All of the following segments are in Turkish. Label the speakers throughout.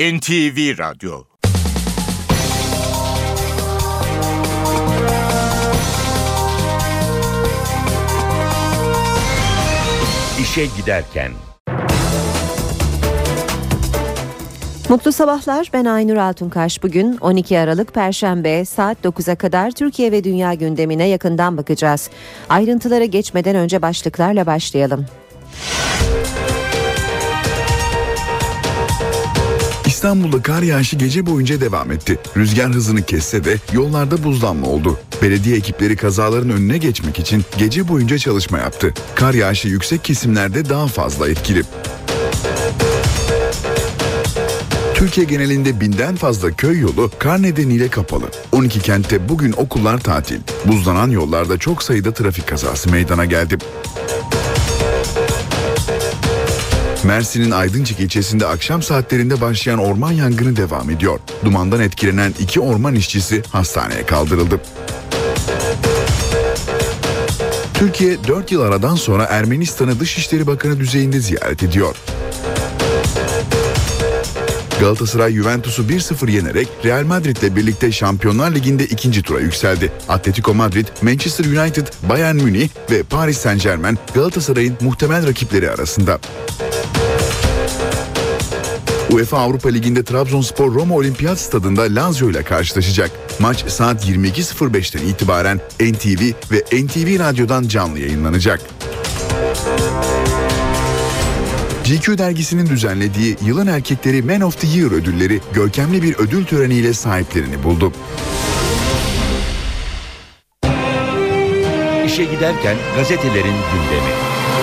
Speaker 1: NTV Radyo. İşe giderken.
Speaker 2: Mutlu sabahlar, ben Aynur Altunkaş. Bugün 12 Aralık Perşembe, saat 9'a kadar Türkiye ve dünya gündemine yakından bakacağız. Ayrıntılara geçmeden önce başlıklarla başlayalım.
Speaker 3: İstanbul'da kar yağışı gece boyunca devam etti. Rüzgar hızını kesse de yollarda buzlanma oldu. Belediye ekipleri kazaların önüne geçmek için gece boyunca çalışma yaptı. Kar yağışı yüksek kesimlerde daha fazla etkili. Türkiye genelinde 1000'den fazla köy yolu kar nedeniyle kapalı. 12 kentte bugün okullar tatil. Buzlanan yollarda çok sayıda trafik kazası meydana geldi. Mersin'in Aydıncık ilçesinde akşam saatlerinde başlayan orman yangını devam ediyor. Dumandan etkilenen 2 orman işçisi hastaneye kaldırıldı. Türkiye 4 yıl aradan sonra Ermenistan'ı Dışişleri Bakanı düzeyinde ziyaret ediyor. Galatasaray Juventus'u 1-0 yenerek Real Madrid'le birlikte Şampiyonlar Ligi'nde 2. tura yükseldi. Atletico Madrid, Manchester United, Bayern Münih ve Paris Saint-Germain Galatasaray'ın muhtemel rakipleri arasında. UEFA Avrupa Ligi'nde Trabzonspor Roma Olimpiyat Stadında Lazio ile karşılaşacak. Maç saat 22.05'ten itibaren NTV ve NTV Radyo'dan canlı yayınlanacak. GQ dergisinin düzenlediği Yılın Erkekleri Man of the Year ödülleri görkemli bir ödül töreniyle sahiplerini buldu.
Speaker 1: İşe giderken gazetelerin gündemi.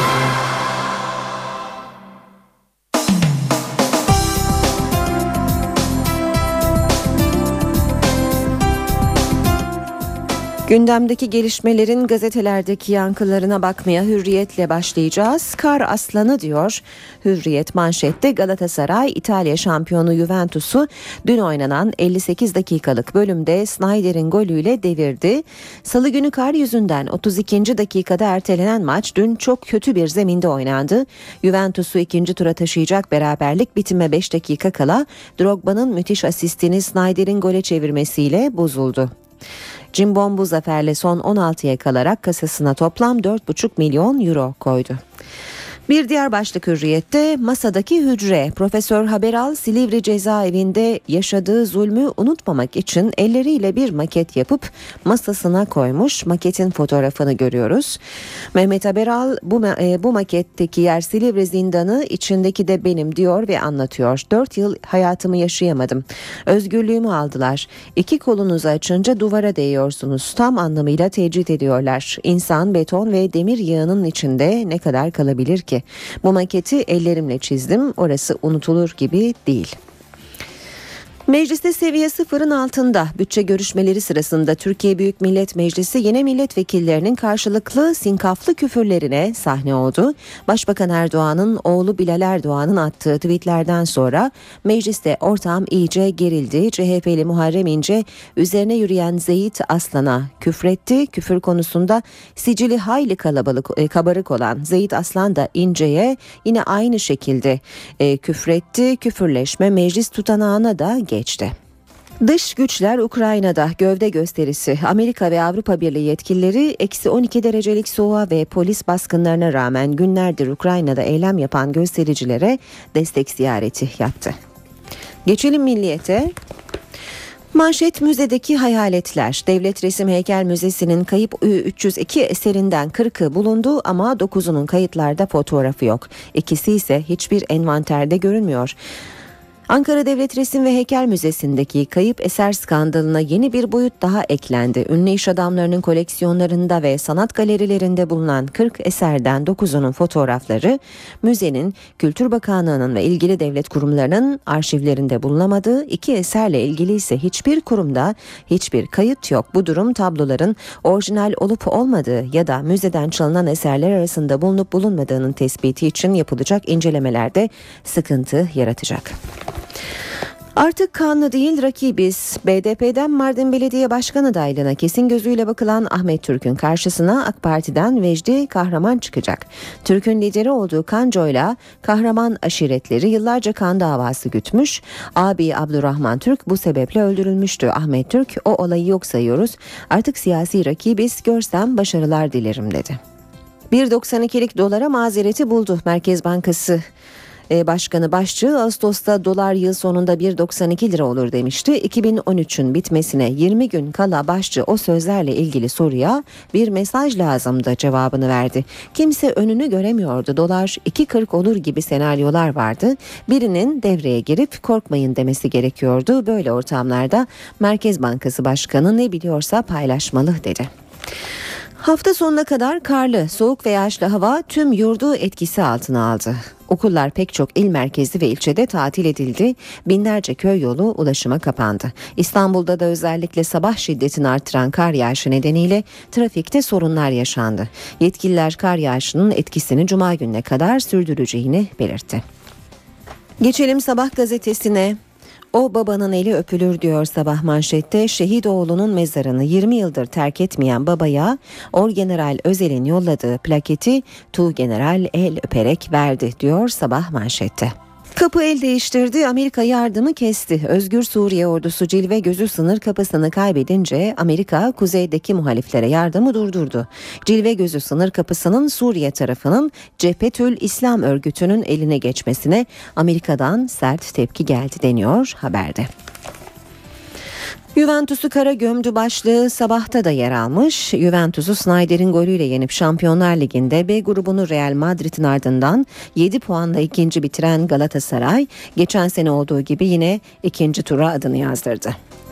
Speaker 2: Gündemdeki gelişmelerin gazetelerdeki yankılarına bakmaya Hürriyet'le başlayacağız. Kar aslanı diyor Hürriyet manşette. Galatasaray İtalya şampiyonu Juventus'u dün oynanan 58 dakikalık bölümde Sneijder'in golüyle devirdi. Salı günü kar yüzünden 32. dakikada ertelenen maç dün çok kötü bir zeminde oynandı. Juventus'u 2. tura taşıyacak beraberlik bitime 5 dakika kala Drogba'nın müthiş asistini Sneijder'in gole çevirmesiyle bozuldu. Cimbom bu zaferle son 16'ya kalarak kasasına toplam 4,5 milyon euro koydu. Bir diğer başlık Hürriyet'te masadaki hücre. Profesör Haberal Silivri cezaevinde yaşadığı zulmü unutmamak için elleriyle bir maket yapıp masasına koymuş. Maketin fotoğrafını görüyoruz. Mehmet Haberal bu maketteki yer Silivri zindanı, içindeki de benim diyor ve anlatıyor. 4 yıl hayatımı yaşayamadım. Özgürlüğümü aldılar. 2 kolunuzu açınca duvara değiyorsunuz. Tam anlamıyla tecrit ediyorlar. İnsan beton ve demir yığının içinde ne kadar kalabilir ki? Bu maketi ellerimle çizdim. Orası unutulur gibi değil. Mecliste seviye sıfırın altında. Bütçe görüşmeleri sırasında Türkiye Büyük Millet Meclisi yeni milletvekillerinin karşılıklı sinkaflı küfürlerine sahne oldu. Başbakan Erdoğan'ın oğlu Bilal Erdoğan'ın attığı tweetlerden sonra mecliste ortam iyice gerildi. CHP'li Muharrem İnce üzerine yürüyen Zeyit Aslan'a küfretti. Küfür konusunda sicili hayli kabarık olan Zeyit Aslan da İnce'ye yine aynı şekilde küfretti. Küfürleşme meclis tutanağına da geçti. Dış güçler Ukrayna'da gövde gösterisi. Amerika ve Avrupa Birliği yetkilileri -12 derecelik soğuğa ve polis baskınlarına rağmen günlerdir Ukrayna'da eylem yapan göstericilere destek ziyareti yaptı. Geçelim Milliyet'e. Manşet müzedeki hayaletler. Devlet Resim Heykel Müzesi'nin kayıp 302 eserinden 40'ı bulundu ama 9'unun kayıtlarda fotoğrafı yok. İkisi ise hiçbir envanterde görünmüyor. Ankara Devlet Resim ve Heykel Müzesi'ndeki kayıp eser skandalına yeni bir boyut daha eklendi. Ünlü iş adamlarının koleksiyonlarında ve sanat galerilerinde bulunan 40 eserden 9'unun fotoğrafları müzenin, Kültür Bakanlığı'nın ve ilgili devlet kurumlarının arşivlerinde bulunamadığı, 2 eserle ilgili ise hiçbir kurumda hiçbir kayıt yok. Bu durum tabloların orijinal olup olmadığı ya da müzeden çalınan eserler arasında bulunup bulunmadığının tespiti için yapılacak incelemelerde sıkıntı yaratacak. Artık kanlı değil rakibiz. BDP'den Mardin Belediye Başkan adaylığına kesin gözüyle bakılan Ahmet Türk'ün karşısına AK Parti'den Vecdi Kahraman çıkacak. Türk'ün lideri olduğu Kanco'yla Kahraman aşiretleri yıllarca kan davası gütmüş. Abi Abdurrahman Türk bu sebeple öldürülmüştü. Ahmet Türk, o olayı yok sayıyoruz. Artık siyasi rakibiz, görsem başarılar dilerim dedi. 1.92'lik dolara mazereti buldu Merkez Bankası Başkanı Başçı. Ağustos'ta dolar yıl sonunda 1.92 lira olur demişti. 2013'ün bitmesine 20 gün kala Başçı o sözlerle ilgili soruya bir mesaj lazımdı cevabını verdi. Kimse önünü göremiyordu. Dolar 2.40 olur gibi senaryolar vardı. Birinin devreye girip korkmayın demesi gerekiyordu. Böyle ortamlarda Merkez Bankası Başkanı ne biliyorsa paylaşmalı dedi. Hafta sonuna kadar karlı, soğuk ve yağışlı hava tüm yurdu etkisi altına aldı. Okullar pek çok il merkezi ve ilçede tatil edildi. Binlerce köy yolu ulaşıma kapandı. İstanbul'da da özellikle sabah şiddetini artıran kar yağışı nedeniyle trafikte sorunlar yaşandı. Yetkililer kar yağışının etkisini Cuma gününe kadar sürdüreceğini belirtti. Geçelim Sabah gazetesine. O babanın eli öpülür diyor Sabah manşette. Şehit oğlunun mezarını 20 yıldır terk etmeyen babaya Orgeneral Özel'in yolladığı plaketi Tuğgeneral el öperek verdi diyor Sabah manşette. Kapı el değiştirdi, Amerika yardımı kesti. Özgür Suriye ordusu Cilve Gözü sınır kapısını kaybedince Amerika kuzeydeki muhaliflere yardımı durdurdu. Cilve Gözü sınır kapısının Suriye tarafının Cephetül İslam örgütünün eline geçmesine Amerika'dan sert tepki geldi deniyor haberde. Juventus'u kara gömdü başlığı Sabah'ta da yer almış. Juventus'u Sneijder'in golüyle yenip Şampiyonlar Ligi'nde B grubunu Real Madrid'in ardından 7 puanla ikinci bitiren Galatasaray, geçen sene olduğu gibi yine ikinci tura adını yazdırdı.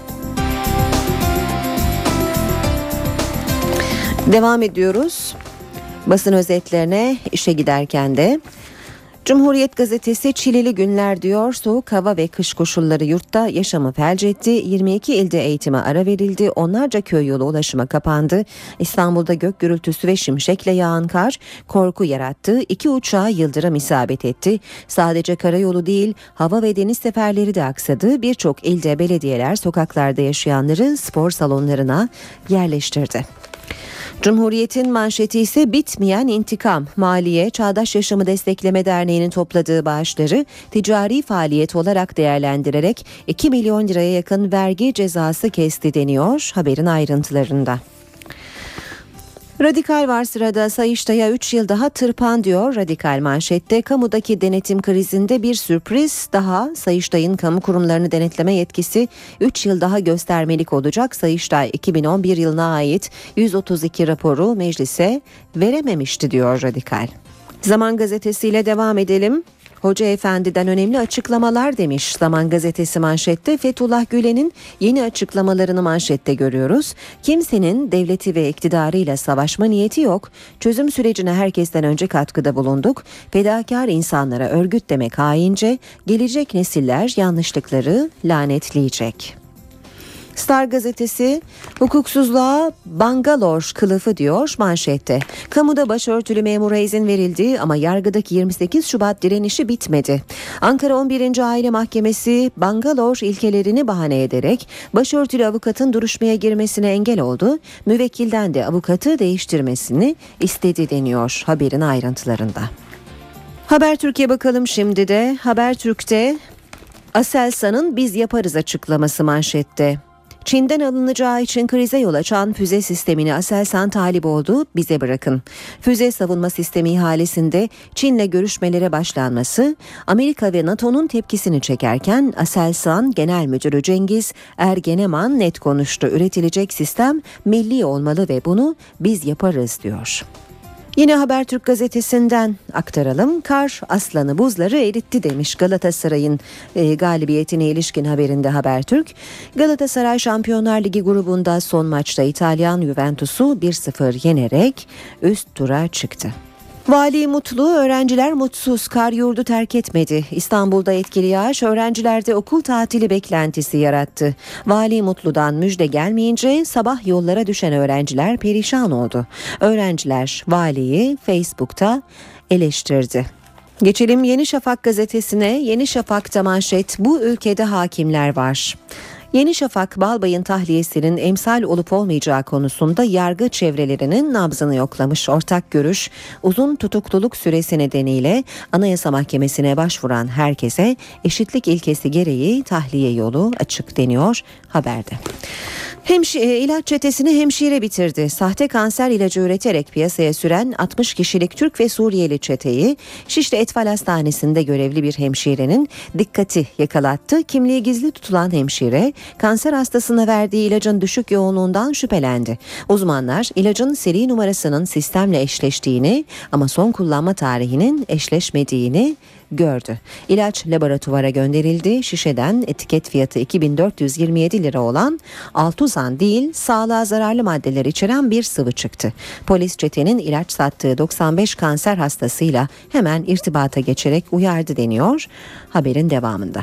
Speaker 2: Devam ediyoruz. Basın özetlerine işe giderken de. Cumhuriyet gazetesi çileli günler diyor. Soğuk hava ve kış koşulları yurtta yaşamı felç etti. 22 ilde eğitime ara verildi. Onlarca köy yolu ulaşıma kapandı. İstanbul'da gök gürültüsü ve şimşekle yağan kar korku yarattı. 2 uçağa yıldırım isabet etti. Sadece karayolu değil, hava ve deniz seferleri de aksadı. Birçok ilde belediyeler sokaklarda yaşayanları spor salonlarına yerleştirdi. Cumhuriyet'in manşeti ise bitmeyen intikam. Maliye, Çağdaş Yaşamı Destekleme Derneği'nin topladığı bağışları ticari faaliyet olarak değerlendirerek 2 milyon liraya yakın vergi cezası kesti deniyor haberin ayrıntılarında. Radikal var sırada. Sayıştay'a 3 yıl daha tırpan diyor Radikal manşette. Kamudaki denetim krizinde bir sürpriz daha. Sayıştay'ın kamu kurumlarını denetleme yetkisi 3 yıl daha göstermelik olacak. Sayıştay 2011 yılına ait 132 raporu meclise verememişti diyor Radikal. Zaman gazetesiyle devam edelim. Hoca Efendi'den önemli açıklamalar demiş Zaman gazetesi manşette. Fethullah Gülen'in yeni açıklamalarını manşette görüyoruz. Kimsenin devleti ve iktidarıyla savaşma niyeti yok. Çözüm sürecine herkesten önce katkıda bulunduk. Fedakar insanlara örgüt demek haince. Gelecek nesiller yanlışlıkları lanetleyecek. Star gazetesi hukuksuzluğa Bangalore kılıfı diyor manşette. Kamuda başörtülü memura izin verildi ama yargıdaki 28 Şubat direnişi bitmedi. Ankara 11. Aile Mahkemesi Bangalore ilkelerini bahane ederek başörtülü avukatın duruşmaya girmesine engel oldu. Müvekkilden de avukatı değiştirmesini istedi deniyor haberin ayrıntılarında. Habertürk'e bakalım şimdi de. Habertürk'te Aselsan'ın biz yaparız açıklaması manşette. Çin'den alınacağı için krize yol açan füze sistemini Aselsan talip oldu, bize bırakın. Füze savunma sistemi ihalesinde Çin'le görüşmelere başlanması Amerika ve NATO'nun tepkisini çekerken Aselsan Genel Müdürü Cengiz Ergeneman net konuştu. Üretilecek sistem milli olmalı ve bunu biz yaparız diyor. Yine Habertürk gazetesinden aktaralım. Kar aslanı buzları eritti demiş Galatasaray'ın galibiyetine ilişkin haberinde Habertürk. Galatasaray Şampiyonlar Ligi grubunda son maçta İtalyan Juventus'u 1-0 yenerek üst tura çıktı. Vali mutlu, öğrenciler mutsuz. Kar yurdu terk etmedi. İstanbul'da etkili yağış öğrencilerde okul tatili beklentisi yarattı. Vali Mutlu'dan müjde gelmeyince sabah yollara düşen öğrenciler perişan oldu. Öğrenciler valiyi Facebook'ta eleştirdi. Geçelim Yeni Şafak gazetesine. Yeni Şafak'ta manşet: bu ülkede hakimler var. Yeni Şafak, Balbay'ın tahliyesinin emsal olup olmayacağı konusunda yargı çevrelerinin nabzını yoklamış. Ortak görüş, uzun tutukluluk süresi nedeniyle Anayasa Mahkemesi'ne başvuran herkese eşitlik ilkesi gereği tahliye yolu açık deniyor haberde. İlaç çetesini hemşire bitirdi. Sahte kanser ilacı üreterek piyasaya süren 60 kişilik Türk ve Suriyeli çeteyi Şişli Etfal Hastanesi'nde görevli bir hemşirenin dikkati yakalattı. Kimliği gizli tutulan hemşire kanser hastasına verdiği ilacın düşük yoğunluğundan şüphelendi. Uzmanlar ilacın seri numarasının sistemle eşleştiğini ama son kullanma tarihinin eşleşmediğini gördü. İlaç laboratuvara gönderildi. Şişeden etiket fiyatı 2427 lira olan altuzan değil, sağlığa zararlı maddeler içeren bir sıvı çıktı. Polis çetenin ilaç sattığı 95 kanser hastasıyla hemen irtibata geçerek uyardı deniyor haberin devamında.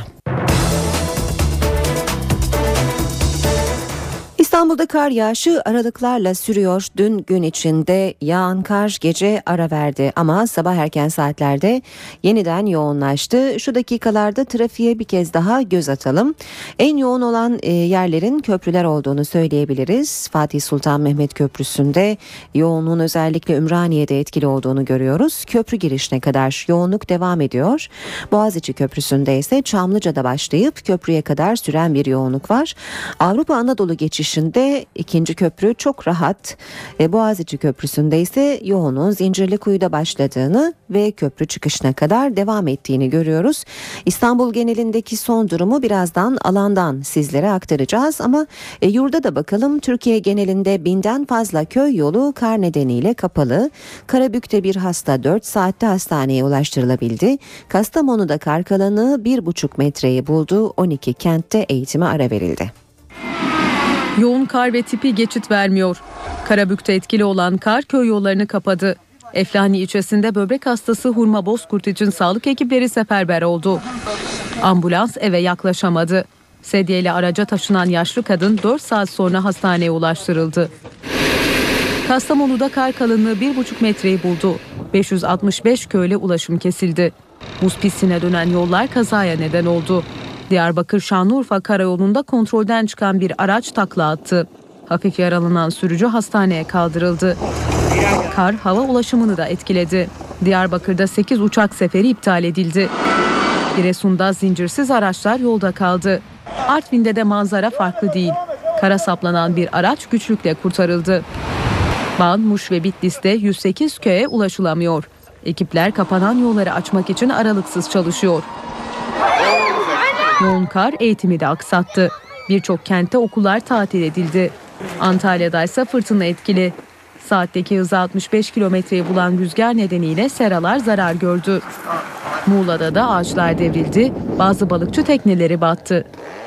Speaker 2: İstanbul'da kar yağışı aralıklarla sürüyor. Dün gün içinde yağan kar gece ara verdi ama sabah erken saatlerde yeniden yoğunlaştı. Şu dakikalarda trafiğe bir kez daha göz atalım. En yoğun olan yerlerin köprüler olduğunu söyleyebiliriz. Fatih Sultan Mehmet Köprüsü'nde yoğunluğun özellikle Ümraniye'de etkili olduğunu görüyoruz. Köprü girişine kadar yoğunluk devam ediyor. Boğaziçi Köprüsü'nde ise Çamlıca'da başlayıp köprüye kadar süren bir yoğunluk var. Avrupa Anadolu geçişinde ikinci köprü çok rahat. Boğaziçi Köprüsü'nde ise yoğunluğun Zincirlikuyu'da başladığını ve köprü çıkışına kadar devam ettiğini görüyoruz. İstanbul genelindeki son durumu birazdan alandan sizlere aktaracağız ama yurda da bakalım. Türkiye genelinde 1000'den fazla köy yolu kar nedeniyle kapalı. Karabük'te bir hasta 4 saatte hastaneye ulaştırılabildi. Kastamonu'da kar kalınlığı 1,5 metreyi buldu. 12 kentte eğitime ara verildi.
Speaker 4: Yoğun kar ve tipi geçit vermiyor. Karabük'te etkili olan kar köy yollarını kapadı. Eflani ilçesinde böbrek hastası Hurma Bozkurt için sağlık ekipleri seferber oldu. Ambulans eve yaklaşamadı. Sedyeli araca taşınan yaşlı kadın 4 saat sonra hastaneye ulaştırıldı. Kastamonu'da kar kalınlığı 1,5 metreyi buldu. 565 köyle ulaşım kesildi. Buz pistine dönen yollar kazaya neden oldu. Diyarbakır-Şanlıurfa karayolunda kontrolden çıkan bir araç takla attı. Hafif yaralanan sürücü hastaneye kaldırıldı. Kar hava ulaşımını da etkiledi. Diyarbakır'da 8 uçak seferi iptal edildi. Giresun'da zincirsiz araçlar yolda kaldı. Artvin'de de manzara farklı değil. Kara saplanan bir araç güçlükle kurtarıldı. Van, Muş ve Bitlis'te 108 köye ulaşılamıyor. Ekipler kapanan yolları açmak için aralıksız çalışıyor. Yoğun kar eğitimi de aksattı. Birçok kentte okullar tatil edildi. Antalya'da ise fırtına etkili. Saatteki hızı 65 kilometreyi bulan rüzgar nedeniyle seralar zarar gördü. Muğla'da da ağaçlar devrildi, bazı balıkçı tekneleri battı.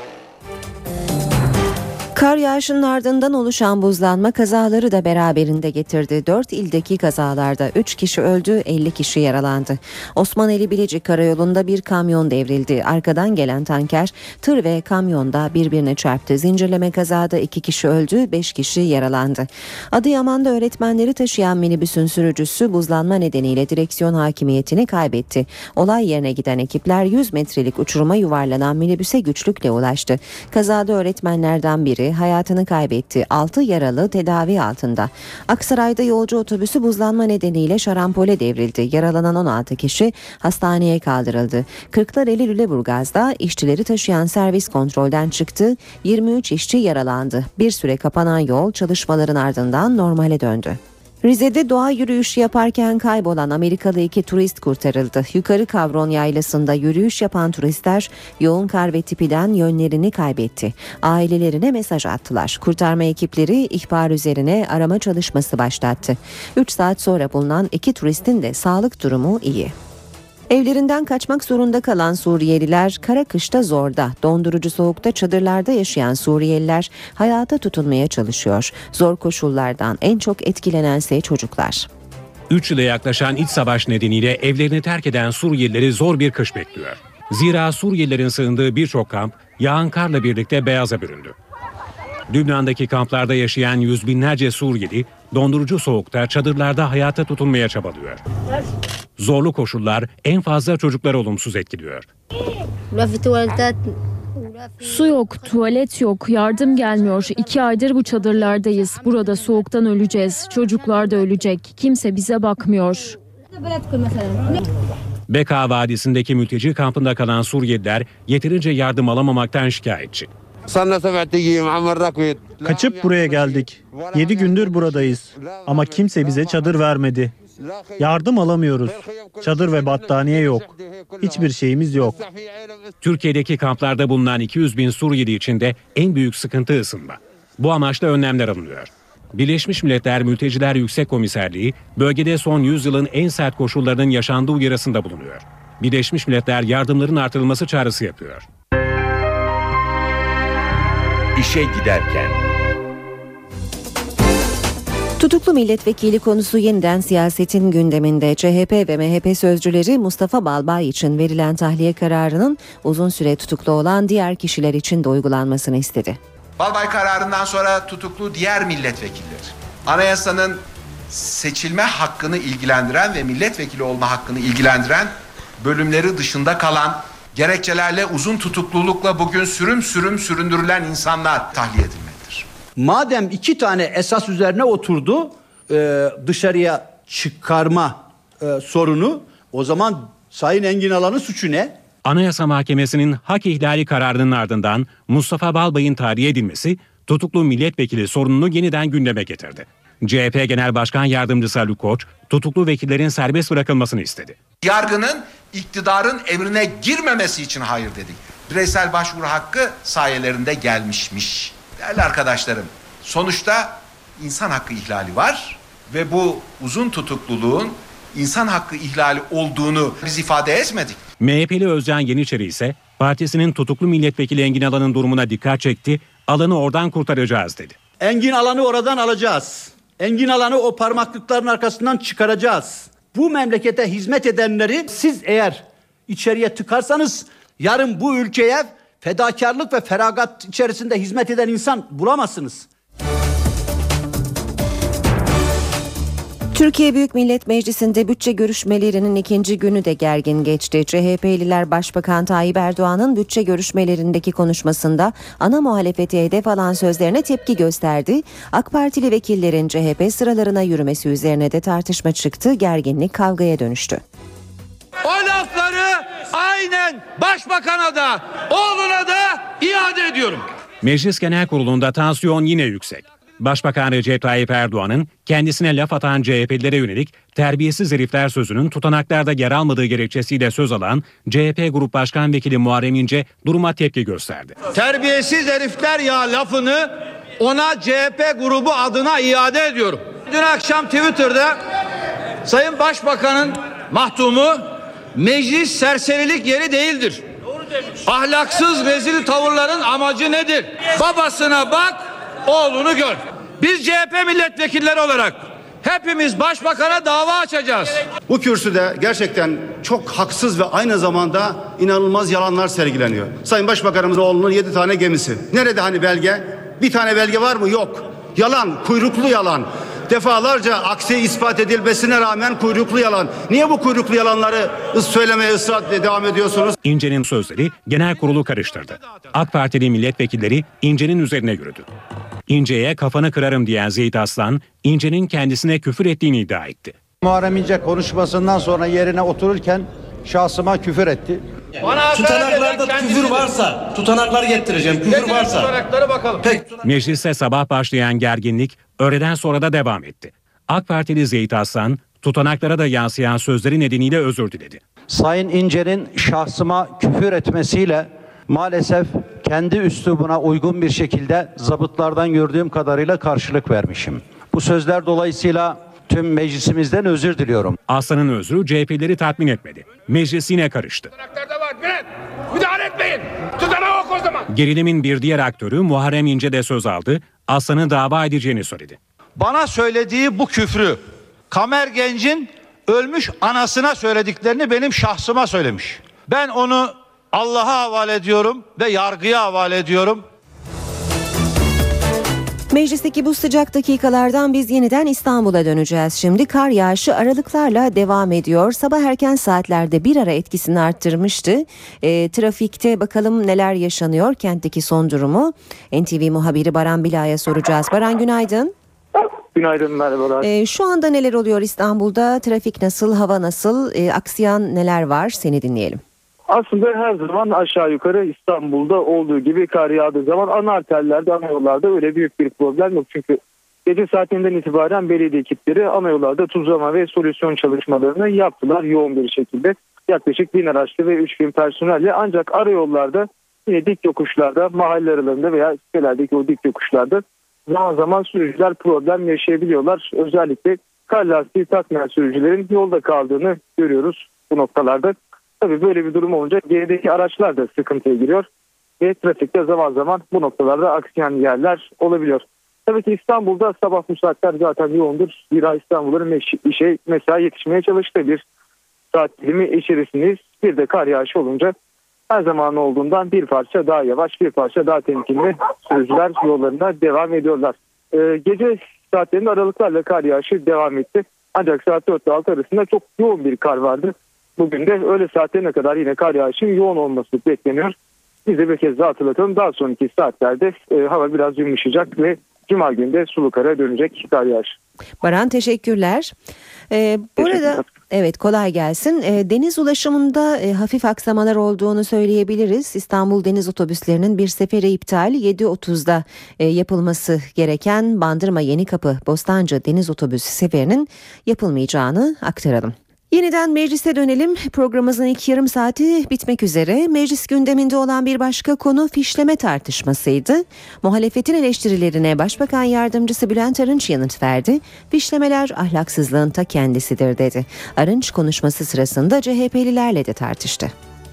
Speaker 2: Kar yağışının ardından oluşan buzlanma kazaları da beraberinde getirdi. 4 ildeki kazalarda 3 kişi öldü, 50 kişi yaralandı. Osmaneli Bilecik Karayolu'nda bir kamyon devrildi. Arkadan gelen tanker tır ve kamyonda birbirine çarptı. Zincirleme kazada 2 kişi öldü, 5 kişi yaralandı. Adıyaman'da öğretmenleri taşıyan minibüsün sürücüsü buzlanma nedeniyle direksiyon hakimiyetini kaybetti. Olay yerine giden ekipler 100 metrelik uçuruma yuvarlanan minibüse güçlükle ulaştı. Kazada öğretmenlerden biri hayatını kaybetti. 6 yaralı tedavi altında. Aksaray'da yolcu otobüsü buzlanma nedeniyle şarampole devrildi. Yaralanan 16 kişi hastaneye kaldırıldı. Kırklareli Lüleburgaz'da işçileri taşıyan servis kontrolden çıktı. 23 işçi yaralandı. Bir süre kapanan yol çalışmaların ardından normale döndü. Rize'de doğa yürüyüşü yaparken kaybolan Amerikalı 2 turist kurtarıldı. Yukarı Kavron Yaylası'nda yürüyüş yapan turistler yoğun kar ve tipiden yönlerini kaybetti. Ailelerine mesaj attılar. Kurtarma ekipleri ihbar üzerine arama çalışması başlattı. 3 saat sonra bulunan 2 turistin de sağlık durumu iyi. Evlerinden kaçmak zorunda kalan Suriyeliler kara kışta zorda. Dondurucu soğukta çadırlarda yaşayan Suriyeliler hayata tutunmaya çalışıyor. Zor koşullardan en çok etkilenense çocuklar.
Speaker 5: 3 yıla yaklaşan iç savaş nedeniyle evlerini terk eden Suriyelileri zor bir kış bekliyor. Zira Suriyelilerin sığındığı birçok kamp yağan karla birlikte beyaza büründü. Lübnan'daki kamplarda yaşayan yüz binlerce Suriyeli dondurucu soğukta çadırlarda hayata tutunmaya çabalıyor. Zorlu koşullar en fazla çocukları olumsuz etkiliyor.
Speaker 6: Su yok, tuvalet yok, yardım gelmiyor. 2 aydır bu çadırlardayız. Burada soğuktan öleceğiz. Çocuklar da ölecek. Kimse bize bakmıyor.
Speaker 5: Beka Vadisi'ndeki mülteci kampında kalan Suriyeliler yeterince yardım alamamaktan şikayetçi.
Speaker 7: Kaçıp buraya geldik. 7 gündür buradayız. Ama kimse bize çadır vermedi. Yardım alamıyoruz. Çadır ve battaniye yok. Hiçbir şeyimiz yok.
Speaker 5: Türkiye'deki kamplarda bulunan 200 bin Suriyeli için de en büyük sıkıntı ısınma. Bu amaçla önlemler alınıyor. Birleşmiş Milletler Mülteciler Yüksek Komiserliği bölgede son 100 yılın en sert koşullarının yaşandığı uyarısında bulunuyor. Birleşmiş Milletler yardımların artırılması çağrısı yapıyor.
Speaker 1: İşe giderken.
Speaker 2: Tutuklu milletvekili konusu yeniden siyasetin gündeminde. CHP ve MHP sözcüleri Mustafa Balbay için verilen tahliye kararının uzun süre tutuklu olan diğer kişiler için de uygulanmasını istedi.
Speaker 8: Balbay kararından sonra tutuklu diğer milletvekilleri, anayasanın seçilme hakkını ilgilendiren ve milletvekili olma hakkını ilgilendiren bölümleri dışında kalan, gerekçelerle uzun tutuklulukla bugün sürüm süründürülen insanlar tahliye edilmelidir.
Speaker 9: Madem 2 tane esas üzerine oturdu dışarıya çıkarma sorunu, o zaman Sayın Engin Alan'ın suçu ne?
Speaker 5: Anayasa Mahkemesi'nin hak ihlali kararının ardından Mustafa Balbay'ın tahliye edilmesi tutuklu milletvekili sorununu yeniden gündeme getirdi. CHP Genel Başkan Yardımcısı Haluk Koç, tutuklu vekillerin serbest bırakılmasını istedi.
Speaker 8: Yargının iktidarın emrine girmemesi için hayır dedik. Bireysel başvuru hakkı sayelerinde gelmişmiş. Değerli arkadaşlarım, sonuçta insan hakkı ihlali var ve bu uzun tutukluluğun insan hakkı ihlali olduğunu biz ifade etmedik.
Speaker 5: MHP'li Özcan Yeniçeri ise partisinin tutuklu milletvekili Engin Alan'ın durumuna dikkat çekti, Alan'ı oradan kurtaracağız dedi.
Speaker 9: Engin Alan'ı oradan alacağız. Engin Alan'ı o parmaklıkların arkasından çıkaracağız. Bu memlekete hizmet edenleri siz eğer içeriye tıkarsanız yarın bu ülkeye fedakarlık ve feragat içerisinde hizmet eden insan bulamazsınız.
Speaker 2: Türkiye Büyük Millet Meclisi'nde bütçe görüşmelerinin ikinci günü de gergin geçti. CHP'liler Başbakan Tayyip Erdoğan'ın bütçe görüşmelerindeki konuşmasında ana muhalefete hedef alan sözlerine tepki gösterdi. AK Partili vekillerin CHP sıralarına yürümesi üzerine de tartışma çıktı. Gerginlik kavgaya dönüştü.
Speaker 10: O lafları aynen Başbakan'a da oğluna da iade ediyorum.
Speaker 5: Meclis Genel Kurulu'nda tansiyon yine yüksek. Başbakan Recep Tayyip Erdoğan'ın kendisine laf atan CHP'lilere yönelik terbiyesiz herifler sözünün tutanaklarda yer almadığı gerekçesiyle söz alan CHP Grup Başkan Vekili Muharrem İnce duruma tepki gösterdi.
Speaker 10: Terbiyesiz herifler ya lafını ona CHP grubu adına iade ediyorum. Dün akşam Twitter'da Sayın Başbakan'ın mahtumu meclis serserilik yeri değildir. Ahlaksız rezil tavırların amacı nedir? Babasına bak, oğlunu gör. Biz CHP milletvekilleri olarak hepimiz başbakana dava açacağız.
Speaker 11: Bu kürsüde gerçekten çok haksız ve aynı zamanda inanılmaz yalanlar sergileniyor. Sayın Başbakanımızın oğlunun 7 tane gemisi. Nerede hani belge? Bir tane belge var mı? Yok. Yalan, kuyruklu yalan. Defalarca aksi ispat edilmesine rağmen kuyruklu yalan. Niye bu kuyruklu yalanları söylemeye ısrar devam ediyorsunuz?
Speaker 5: İnce'nin sözleri genel kurulu karıştırdı. AK Partili milletvekilleri İnce'nin üzerine yürüdü. İnce'ye kafanı kırarım diyen Zeyt Aslan, İnce'nin kendisine küfür ettiğini iddia etti.
Speaker 12: Muharrem İnce konuşmasından sonra yerine otururken şahsıma küfür etti.
Speaker 13: Tutanaklarda küfür varsa, tutanaklar getireceğim, küfür varsa.
Speaker 10: Tutanakları bakalım.
Speaker 5: Mecliste sabah başlayan gerginlik öğleden sonra da devam etti. AK Partili Zeyt Aslan, tutanaklara da yansıyan sözleri nedeniyle özür diledi.
Speaker 12: Sayın İnce'nin şahsıma küfür etmesiyle maalesef kendi üslubuna uygun bir şekilde zabıtlardan gördüğüm kadarıyla karşılık vermişim. Bu sözler dolayısıyla tüm meclisimizden özür diliyorum.
Speaker 5: Aslan'ın özrü CHP'leri tatmin etmedi. Meclis yine karıştı.
Speaker 10: Tutanaklarda var. Müdahale etmeyin. Tutanağı oku o zaman.
Speaker 5: Gerilimin bir diğer aktörü Muharrem İnce de söz aldı. Aslan'ı dava edeceğini söyledi.
Speaker 10: Bana söylediği bu küfrü Kamer Genç'in ölmüş anasına söylediklerini benim şahsıma söylemiş. Ben onu Allah'a havale ediyorum ve yargıya havale ediyorum.
Speaker 2: Meclisteki bu sıcak dakikalardan biz yeniden İstanbul'a döneceğiz şimdi. Kar yağışı aralıklarla devam ediyor. Sabah erken saatlerde bir ara etkisini arttırmıştı. Trafikte bakalım neler yaşanıyor, kentteki son durumu NTV muhabiri Baran Bila'ya soracağız. Baran, günaydın.
Speaker 14: Günaydın, merhabalar.
Speaker 2: Şu anda neler oluyor İstanbul'da? Trafik nasıl, hava nasıl? Aksayan neler var? Seni dinleyelim.
Speaker 14: Aslında her zaman aşağı yukarı İstanbul'da olduğu gibi kar yağdığı zaman ana arterlerde, ana yollarda öyle büyük bir problem yok. Çünkü gece saatinden itibaren belediye ekipleri ana yollarda tuzlama ve solüsyon çalışmalarını yaptılar yoğun bir şekilde. Yaklaşık 1000 araçlı ve 3000 personelle, ancak ara yollarda yine dik yokuşlarda, mahalle aralarında veya sitelerdeki o dik yokuşlarda zaman zaman sürücüler problem yaşayabiliyorlar. Özellikle kar lastiği takmayan sürücülerin yolda kaldığını görüyoruz bu noktalarda. Tabii böyle bir durum olunca gerideki araçlar da sıkıntıya giriyor ve trafikte zaman zaman bu noktalarda aksayan yerler olabiliyor. Tabii ki İstanbul'da sabah bu saatler zaten yoğundur. Zira İstanbul'un mesai yetişmeye çalıştığı bir saat dilimi içerisindeyiz. Bir de kar yağışı olunca her zaman olduğundan bir parça daha yavaş, bir parça daha temkinli sürücüler yollarına devam ediyorlar. Gece saatlerinde aralıklarla kar yağışı devam etti. Ancak saat 4 ile 6 arasında çok yoğun bir kar vardı. Bugün de öğle saatlerine kadar yine kar yağışının yoğun olması bekleniyor. Biz de bir kez daha hatırlatalım. Daha sonraki saatlerde hava biraz yumuşayacak ve Cuma günü de sulu kara dönecek kar yağışı.
Speaker 2: Baran, teşekkürler. Bu arada evet, kolay gelsin. Deniz ulaşımında hafif aksamalar olduğunu söyleyebiliriz. İstanbul deniz otobüslerinin bir seferi iptal, 7.30'da yapılması gereken Bandırma Yenikapı Bostancı deniz otobüsü seferinin yapılmayacağını aktaralım. Yeniden meclise dönelim. Programımızın ilk yarım saati bitmek üzere. Meclis gündeminde olan bir başka konu fişleme tartışmasıydı. Muhalefetin eleştirilerine Başbakan Yardımcısı Bülent Arınç yanıt verdi. Fişlemeler ahlaksızlığın ta kendisidir dedi. Arınç konuşması sırasında CHP'lilerle de tartıştı.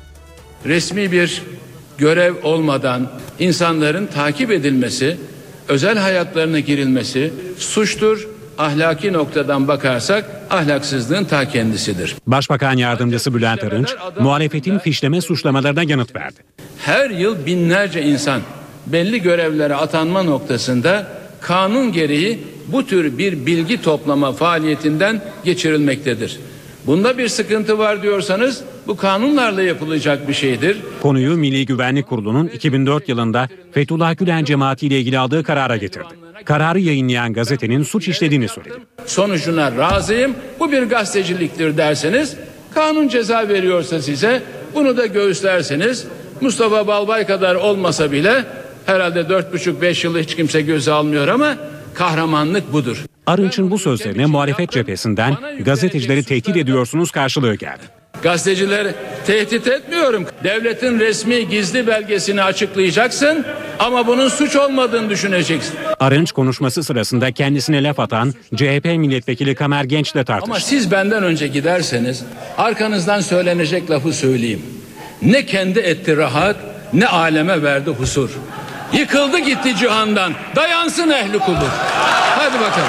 Speaker 15: Resmi bir görev olmadan insanların takip edilmesi, özel hayatlarına girilmesi suçtur. Ahlaki noktadan bakarsak ahlaksızlığın ta kendisidir.
Speaker 5: Başbakan Yardımcısı Bülent Arınç, muhalefetin fişleme suçlamalarına yanıt verdi.
Speaker 15: Her yıl binlerce insan belli görevlere atanma noktasında kanun gereği bu tür bir bilgi toplama faaliyetinden geçirilmektedir. Bunda bir sıkıntı var diyorsanız bu kanunlarla yapılacak bir şeydir.
Speaker 5: Konuyu Milli Güvenlik Kurulu'nun 2004 yılında Fethullah Gülen cemaati ile ilgili aldığı karara getirdi. Kararı yayınlayan gazetenin suç işlediğini söyledi.
Speaker 15: Sonucuna razıyım. Bu bir gazeteciliktir derseniz, kanun ceza veriyorsa size bunu da göğüslerseniz, Mustafa Balbay kadar olmasa bile herhalde 4,5-5 yılı hiç kimse göze almıyor ama kahramanlık budur.
Speaker 5: Arınç'ın bu sözlerine muhalefet cephesinden gazetecileri tehdit ediyorsunuz karşılığı geldi.
Speaker 15: Gazetecileri tehdit etmiyorum. Devletin resmi gizli belgesini açıklayacaksın ama bunun suç olmadığını düşüneceksin.
Speaker 5: Arınç konuşması sırasında kendisine laf atan CHP milletvekili Kamer Genç'le tartıştı.
Speaker 15: Ama siz benden önce giderseniz arkanızdan söylenecek lafı söyleyeyim. Ne kendi etti rahat, ne aleme verdi husur. Yıkıldı gitti cihandan, dayansın ehli kubur. Hadi bakalım.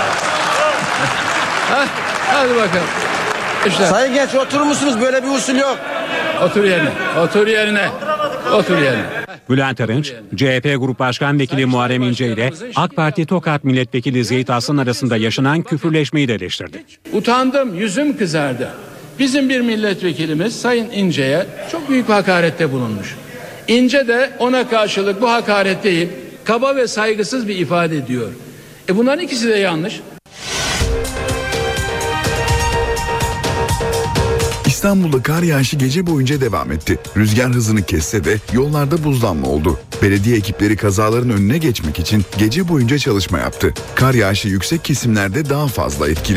Speaker 15: Hadi bakalım. İşte.
Speaker 13: Sayın Genç, oturur musunuz? Böyle bir usul yok.
Speaker 15: Otur yerine. Otur yerine. Otur yerine.
Speaker 5: Bülent Arınç, CHP Grup Başkan Vekili Muharrem İnce ile AK Parti Tokat Milletvekili Zeyt Aslan arasında yaşanan küfürleşmeyi de eleştirdi.
Speaker 15: Utandım, yüzüm kızardı. Bizim bir milletvekilimiz Sayın İnce'ye çok büyük hakarette bulunmuş. İnce de ona karşılık bu hakaret değil, kaba ve saygısız bir ifade ediyor. Bunların ikisi de yanlış.
Speaker 3: İstanbul'da kar yağışı gece boyunca devam etti. Rüzgar hızını kesse de yollarda buzlanma oldu. Belediye ekipleri kazaların önüne geçmek için gece boyunca çalışma yaptı. Kar yağışı yüksek kesimlerde daha fazla etkili.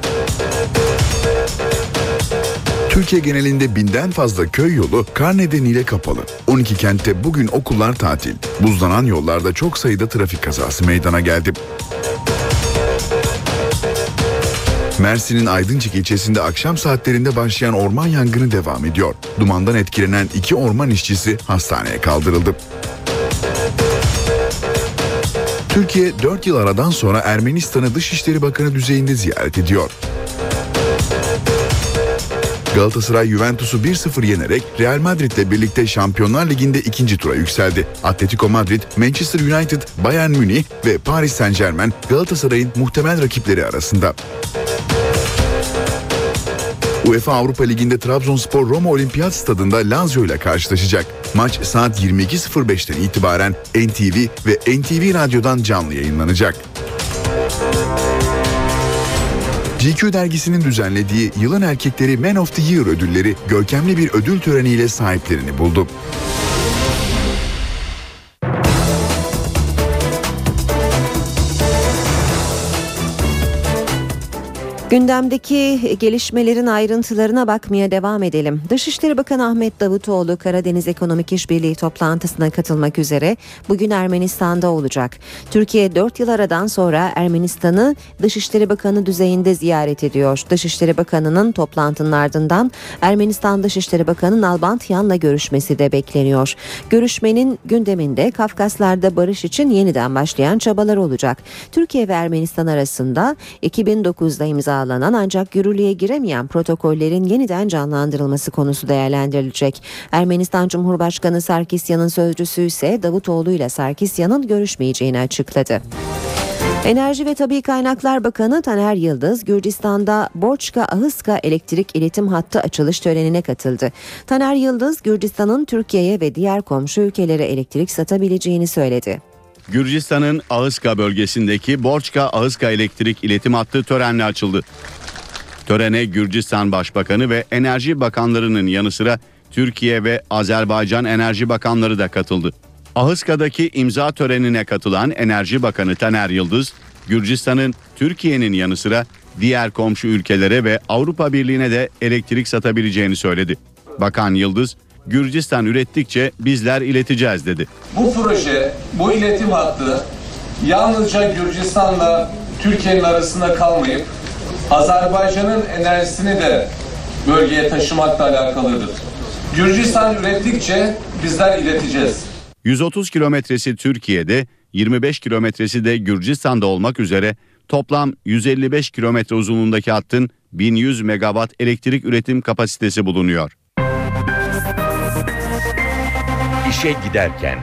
Speaker 3: Türkiye genelinde 1000'den fazla köy yolu kar nedeniyle kapalı. 12 kentte bugün okullar tatil. Buzlanan yollarda çok sayıda trafik kazası meydana geldi. Mersin'in Aydıncık ilçesinde akşam saatlerinde başlayan orman yangını devam ediyor. Dumandan etkilenen 2 orman işçisi hastaneye kaldırıldı. Türkiye 4 yıl aradan sonra Ermenistan'ı Dışişleri Bakanı düzeyinde ziyaret ediyor. Galatasaray Juventus'u 1-0 yenerek Real Madrid'le birlikte Şampiyonlar Ligi'nde ikinci tura yükseldi. Atletico Madrid, Manchester United, Bayern Münih ve Paris Saint-Germain Galatasaray'ın muhtemel rakipleri arasında. UEFA Avrupa Ligi'nde Trabzonspor Roma Olimpiyat Stadında Lazio ile karşılaşacak. Maç saat 22.05'ten itibaren NTV ve NTV Radyo'dan canlı yayınlanacak. GQ dergisinin düzenlediği Yılın Erkekleri Man of the Year ödülleri görkemli bir ödül töreniyle sahiplerini buldu.
Speaker 2: Gündemdeki gelişmelerin ayrıntılarına bakmaya devam edelim. Dışişleri Bakanı Ahmet Davutoğlu Karadeniz Ekonomik İşbirliği toplantısına katılmak üzere bugün Ermenistan'da olacak. Türkiye 4 yıl aradan sonra Ermenistan'ı Dışişleri Bakanı düzeyinde ziyaret ediyor. Dışişleri Bakanı'nın toplantının ardından Ermenistan Dışişleri Bakanı Nalbantyan'la görüşmesi de bekleniyor. Görüşmenin gündeminde Kafkaslar'da barış için yeniden başlayan çabalar olacak. Türkiye ve Ermenistan arasında 2009'da imzalanan ancak yürürlüğe giremeyen protokollerin yeniden canlandırılması konusu değerlendirilecek. Ermenistan Cumhurbaşkanı Sarkisyan'ın sözcüsü ise Davutoğlu ile Sarkisyan'ın görüşmeyeceğini açıkladı. Enerji ve Tabii Kaynaklar Bakanı Taner Yıldız, Gürcistan'da Borçka-Ahıska elektrik iletim hattı açılış törenine katıldı. Taner Yıldız, Gürcistan'ın Türkiye'ye ve diğer komşu ülkelere elektrik satabileceğini söyledi.
Speaker 16: Gürcistan'ın Ahıska bölgesindeki Borçka-Ahıska elektrik iletim hattı törenle açıldı. Törene Gürcistan Başbakanı ve Enerji Bakanlarının yanı sıra Türkiye ve Azerbaycan Enerji Bakanları da katıldı. Ahıska'daki imza törenine katılan Enerji Bakanı Taner Yıldız, Gürcistan'ın Türkiye'nin yanı sıra diğer komşu ülkelere ve Avrupa Birliği'ne de elektrik satabileceğini söyledi. Bakan Yıldız, Gürcistan ürettikçe bizler ileteceğiz dedi.
Speaker 17: Bu proje, bu iletim hattı yalnızca Gürcistan'la Türkiye'nin arasında kalmayıp Azerbaycan'ın enerjisini de bölgeye taşımakla alakalıdır. Gürcistan ürettikçe bizler ileteceğiz.
Speaker 16: 130 kilometresi Türkiye'de, 25 kilometresi de Gürcistan'da olmak üzere toplam 155 kilometre uzunluğundaki hattın 1100 megawatt elektrik üretim kapasitesi bulunuyor.
Speaker 1: İşe giderken.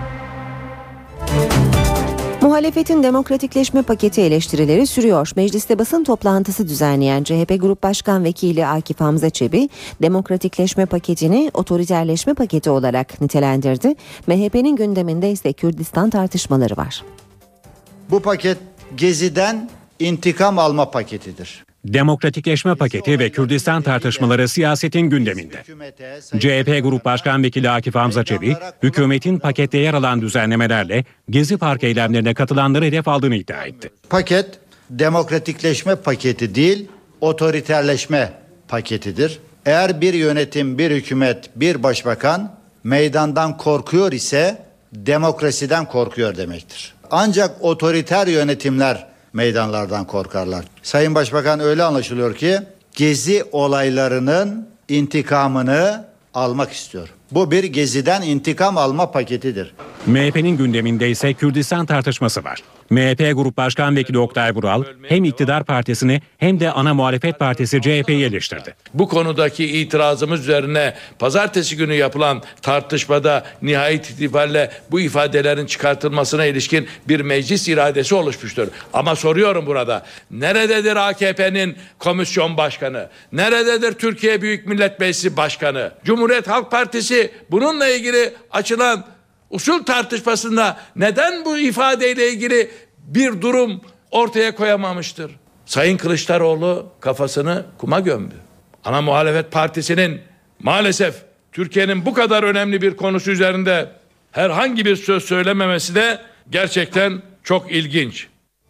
Speaker 2: Muhalefetin demokratikleşme paketi eleştirileri sürüyor. Mecliste basın toplantısı düzenleyen CHP Grup Başkan Vekili Akif Hamza Çebi, demokratikleşme paketini otoriterleşme paketi olarak nitelendirdi. MHP'nin gündeminde ise Kürdistan tartışmaları var.
Speaker 18: Bu paket Gezi'den intikam alma paketidir.
Speaker 5: Demokratikleşme paketi ve Kürdistan tartışmaları siyasetin gündeminde. CHP Grup Başkan Vekili Akif Hamza Çebi, hükümetin pakette yer alan düzenlemelerle Gezi Park eylemlerine katılanları hedef aldığını iddia etti.
Speaker 18: Paket demokratikleşme paketi değil, otoriterleşme paketidir. Eğer bir yönetim, bir hükümet, bir başbakan meydandan korkuyor ise demokrasiden korkuyor demektir. Ancak otoriter yönetimler meydanlardan korkarlar. Sayın Başbakan öyle anlaşılıyor ki Gezi olaylarının intikamını almak istiyor. Bu bir Gezi'den intikam alma paketidir.
Speaker 5: MHP'nin gündeminde ise Kürdistan tartışması var. MHP Grup Başkan Vekili Oktay Vural hem iktidar partisini hem de ana muhalefet partisi CHP'yi eleştirdi.
Speaker 15: Bu konudaki itirazımız üzerine pazartesi günü yapılan tartışmada nihayet itibariyle bu ifadelerin çıkartılmasına ilişkin bir meclis iradesi oluşmuştur. Ama soruyorum burada, nerededir AKP'nin komisyon başkanı? Nerededir Türkiye Büyük Millet Meclisi Başkanı? Cumhuriyet Halk Partisi bununla ilgili açılan usul tartışmasında neden bu ifadeyle ilgili bir durum ortaya koyamamıştır? Sayın Kılıçdaroğlu kafasını kuma gömdü. Ana muhalefet partisinin maalesef Türkiye'nin bu kadar önemli bir konusu üzerinde herhangi bir söz söylememesi de gerçekten çok ilginç.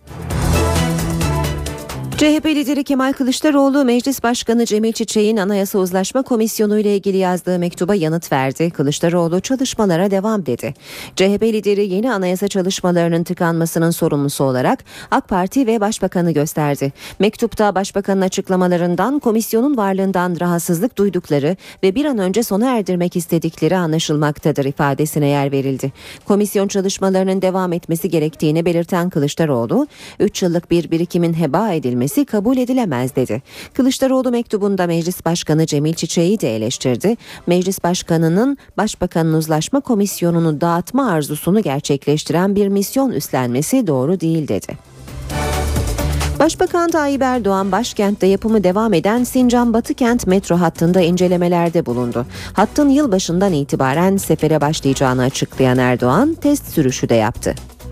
Speaker 2: CHP lideri Kemal Kılıçdaroğlu, Meclis Başkanı Cemil Çiçek'in Anayasa Uzlaşma Komisyonu ile ilgili yazdığı mektuba yanıt verdi. Kılıçdaroğlu çalışmalara devam dedi. CHP lideri yeni anayasa çalışmalarının tıkanmasının sorumlusu olarak AK Parti ve Başbakan'ı gösterdi. Mektupta Başbakan'ın açıklamalarından komisyonun varlığından rahatsızlık duydukları ve bir an önce sona erdirmek istedikleri anlaşılmaktadır ifadesine yer verildi. Komisyon çalışmalarının devam etmesi gerektiğini belirten Kılıçdaroğlu, 3 yıllık bir birikimin heba edilmesi üstlenmesi kabul edilemez dedi. Kılıçdaroğlu mektubunda Meclis Başkanı Cemil Çiçek'i de eleştirdi. Meclis Başkanı'nın Başbakanın Uzlaşma Komisyonu'nu dağıtma arzusunu gerçekleştiren bir misyon üstlenmesi doğru değil dedi. Başbakan Tayyip Erdoğan başkentte yapımı devam eden Sincan Batıkent metro hattında incelemelerde bulundu. Hattın yılbaşından itibaren sefere başlayacağını açıklayan Erdoğan test sürüşü de yaptı.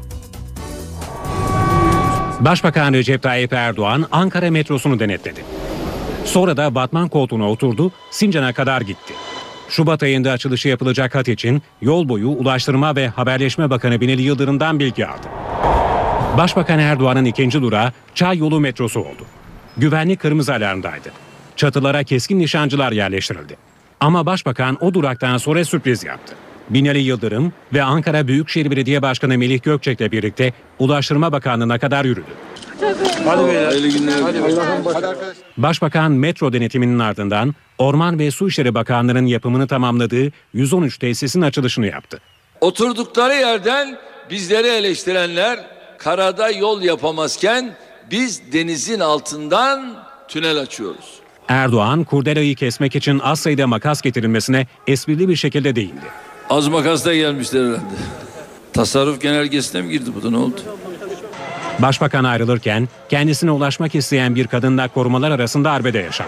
Speaker 5: Başbakan Recep Tayyip Erdoğan Ankara metrosunu denetledi. Sonra da Batman koltuğuna oturdu, Sincan'a kadar gitti. Şubat ayında açılışı yapılacak hat için yol boyu Ulaştırma ve Haberleşme Bakanı Binali Yıldırım'dan bilgi aldı. Başbakan Erdoğan'ın ikinci durağı Çay Yolu metrosu oldu. Güvenlik kırmızı alarmdaydı. Çatılara keskin nişancılar yerleştirildi. Ama Başbakan o duraktan sonra sürpriz yaptı. Binali Yıldırım ve Ankara Büyükşehir Belediye Başkanı Melih Gökçek'le birlikte Ulaştırma Bakanlığı'na kadar yürüdü.
Speaker 10: Hadi beyler.
Speaker 5: Başbakan metro denetiminin ardından Orman ve Su İşleri Bakanlığı'nın yapımını tamamladığı 113 tesisin açılışını yaptı.
Speaker 19: Oturdukları yerden bizleri eleştirenler karada yol yapamazken biz denizin altından tünel açıyoruz.
Speaker 5: Erdoğan kurdelayı kesmek için az sayıda makas getirilmesine esprili bir şekilde değindi.
Speaker 19: Az makas da gelmişler herhalde. Tasarruf genelgesine mi girdi bu da, ne oldu?
Speaker 5: Başbakan ayrılırken kendisine ulaşmak isteyen bir kadınla korumalar arasında arbede yaşandı.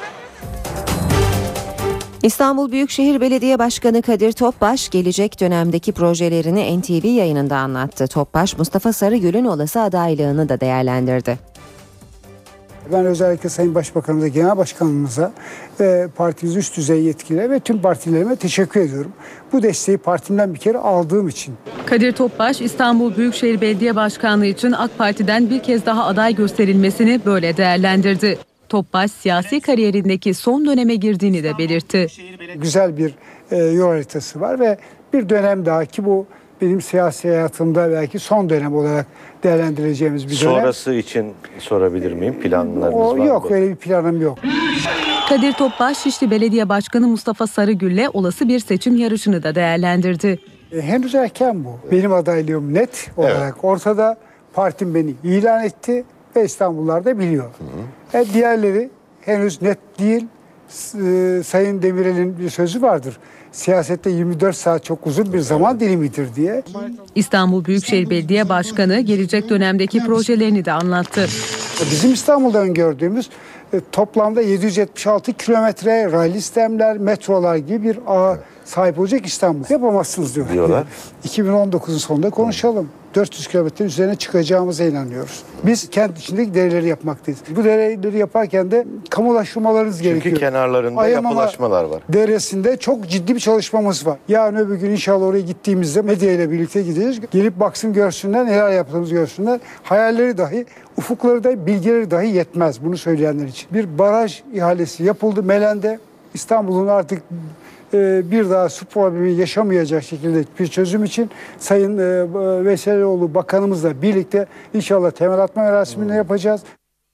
Speaker 2: İstanbul Büyükşehir Belediye Başkanı Kadir Topbaş gelecek dönemdeki projelerini NTV yayınında anlattı. Topbaş, Mustafa Sarıgül'ün olası adaylığını da değerlendirdi.
Speaker 20: Ben özellikle Sayın Başbakanımıza, Genel Başkanımıza, partimiz üst düzey yetkililere ve tüm partilerime teşekkür ediyorum. Bu desteği partimden bir kere aldığım için.
Speaker 4: Kadir Topbaş, İstanbul Büyükşehir Belediye Başkanlığı için AK Parti'den bir kez daha aday gösterilmesini böyle değerlendirdi. Topbaş siyasi kariyerindeki son döneme girdiğini de belirtti.
Speaker 20: Güzel bir yol haritası var ve bir dönem daha, ki bu benim siyasi hayatımda belki son dönem olarak değerlendireceğimiz bir dönem.
Speaker 21: Sonrası için sorabilir miyim? Planlarınız var mı?
Speaker 20: Yok, öyle bir planım yok.
Speaker 4: Kadir Topbaş, Şişli Belediye Başkanı Mustafa Sarıgül'le olası bir seçim yarışını da değerlendirdi.
Speaker 20: Henüz erken bu. Benim adaylığım net olarak ortada. Partim beni ilan etti ve İstanbullular da biliyor. Diğerleri henüz net değil. Sayın Demirel'in bir sözü vardır. Siyasette 24 saat çok uzun bir zaman dilimidir diye.
Speaker 4: İstanbul Büyükşehir Belediye Başkanı gelecek dönemdeki projelerini de anlattı.
Speaker 20: Bizim İstanbul'da öngördüğümüz toplamda 776 kilometre raylı sistemler, metrolar gibi bir ağa sahip olacak İstanbul. Yapamazsınız diyorlar. 2019'un sonunda konuşalım. 400 kilometre üzerine çıkacağımıza inanıyoruz. Biz kent içindeki dereleri yapmaktayız. Bu dereleri yaparken de kamulaştırmalarınız gerekiyor.
Speaker 21: Çünkü kenarlarında yapılaşmalar var.
Speaker 20: Deresinde çok ciddi bir çalışmamız var. Yarın öbür gün inşallah oraya gittiğimizde medya ile birlikte gideceğiz. Gelip baksın, görsünler, neler yaptığımızı görsünler. Hayalleri dahi, ufukları dahi, bilgileri dahi yetmez bunu söyleyenler için. Bir baraj ihalesi yapıldı Melen'de. İstanbul'un artık bir daha su problemi yaşamayacak şekilde bir çözüm için Sayın Veselioğlu Bakanımızla birlikte inşallah temel atma merasimini yapacağız.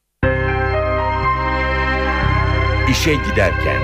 Speaker 1: İşe giderken.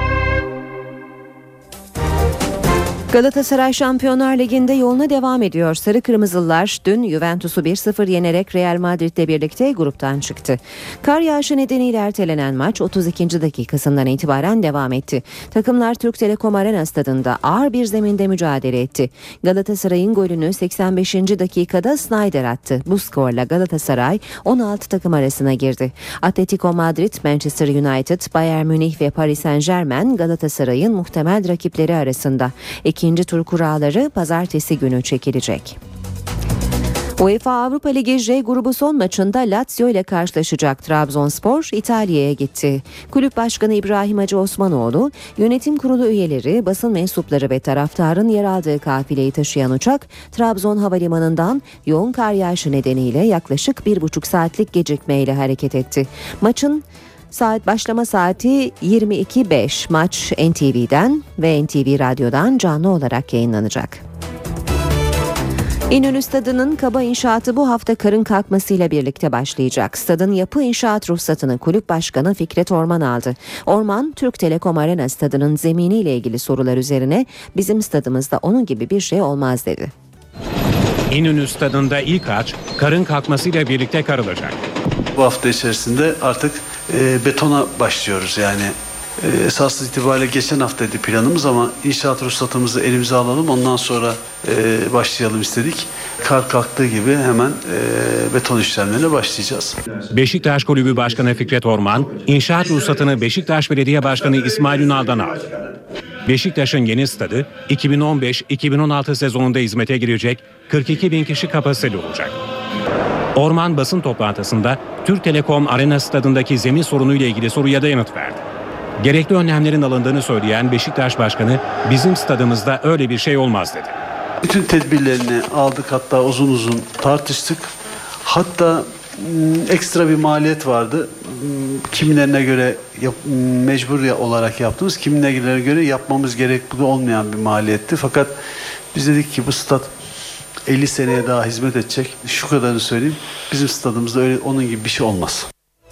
Speaker 2: Galatasaray Şampiyonlar Ligi'nde yoluna devam ediyor. Sarı Kırmızılılar dün Juventus'u 1-0 yenerek Real Madrid'le birlikte gruptan çıktı. Kar yağışı nedeniyle ertelenen maç 32. dakikasından itibaren devam etti. Takımlar Türk Telekom Arena stadında ağır bir zeminde mücadele etti. Galatasaray'ın golünü 85. dakikada Sneijder attı. Bu skorla Galatasaray 16 takım arasına girdi. Atletico Madrid, Manchester United, Bayern Münih ve Paris Saint-Germain Galatasaray'ın muhtemel rakipleri arasında. İkinci tur kuralları pazartesi günü çekilecek. UEFA Avrupa Ligi J grubu son maçında Lazio ile karşılaşacak. Trabzonspor İtalya'ya gitti. Kulüp Başkanı İbrahim Hacı Osmanoğlu, yönetim kurulu üyeleri, basın mensupları ve taraftarın yer aldığı kafileyi taşıyan uçak Trabzon Havalimanı'ndan yoğun kar yağışı nedeniyle yaklaşık 1,5 saatlik gecikmeyle hareket etti. Maçın başlama saati 22.05. Maç NTV'den ve NTV Radyo'dan canlı olarak yayınlanacak. İnönü Stadı'nın kaba inşaatı bu hafta karın kalkmasıyla birlikte başlayacak. Stadın yapı inşaat ruhsatını Kulüp Başkanı Fikret Orman aldı. Orman, Türk Telekom Arena Stadı'nın zeminiyle ilgili sorular üzerine bizim stadımızda onun gibi bir şey olmaz dedi.
Speaker 5: İnönü Stadı'nda ilk harç karın kalkmasıyla birlikte karılacak.
Speaker 6: Bu hafta içerisinde artık betona başlıyoruz. Yani esas itibariyle geçen haftaydı planımız ama inşaat ruhsatımızı elimize alalım, ondan sonra başlayalım istedik. Kar kalktığı gibi hemen beton işlemlerine başlayacağız.
Speaker 5: Beşiktaş Kulübü Başkanı Fikret Orman, inşaat ruhsatını Beşiktaş Belediye Başkanı İsmail Ünal'dan aldı. Beşiktaş'ın yeni stadı 2015-2016 sezonunda hizmete girecek, 42 bin kişi kapasiteli olacak. Orman basın toplantısında Türk Telekom Arena stadındaki zemin sorunuyla ilgili soruya da yanıt verdi. Gerekli önlemlerin alındığını söyleyen Beşiktaş Başkanı, bizim stadımızda öyle bir şey olmaz dedi.
Speaker 6: Bütün tedbirlerini aldık, hatta uzun tartıştık. Hatta ekstra bir maliyet vardı. Kimilerine göre mecbur olarak yaptığımız, kimilerine göre yapmamız gerekli olmayan bir maliyetti. Fakat biz dedik ki bu stat 50 seneye daha hizmet edecek. Şu kadarını söyleyeyim, bizim stadımızda öyle onun gibi bir şey olmaz.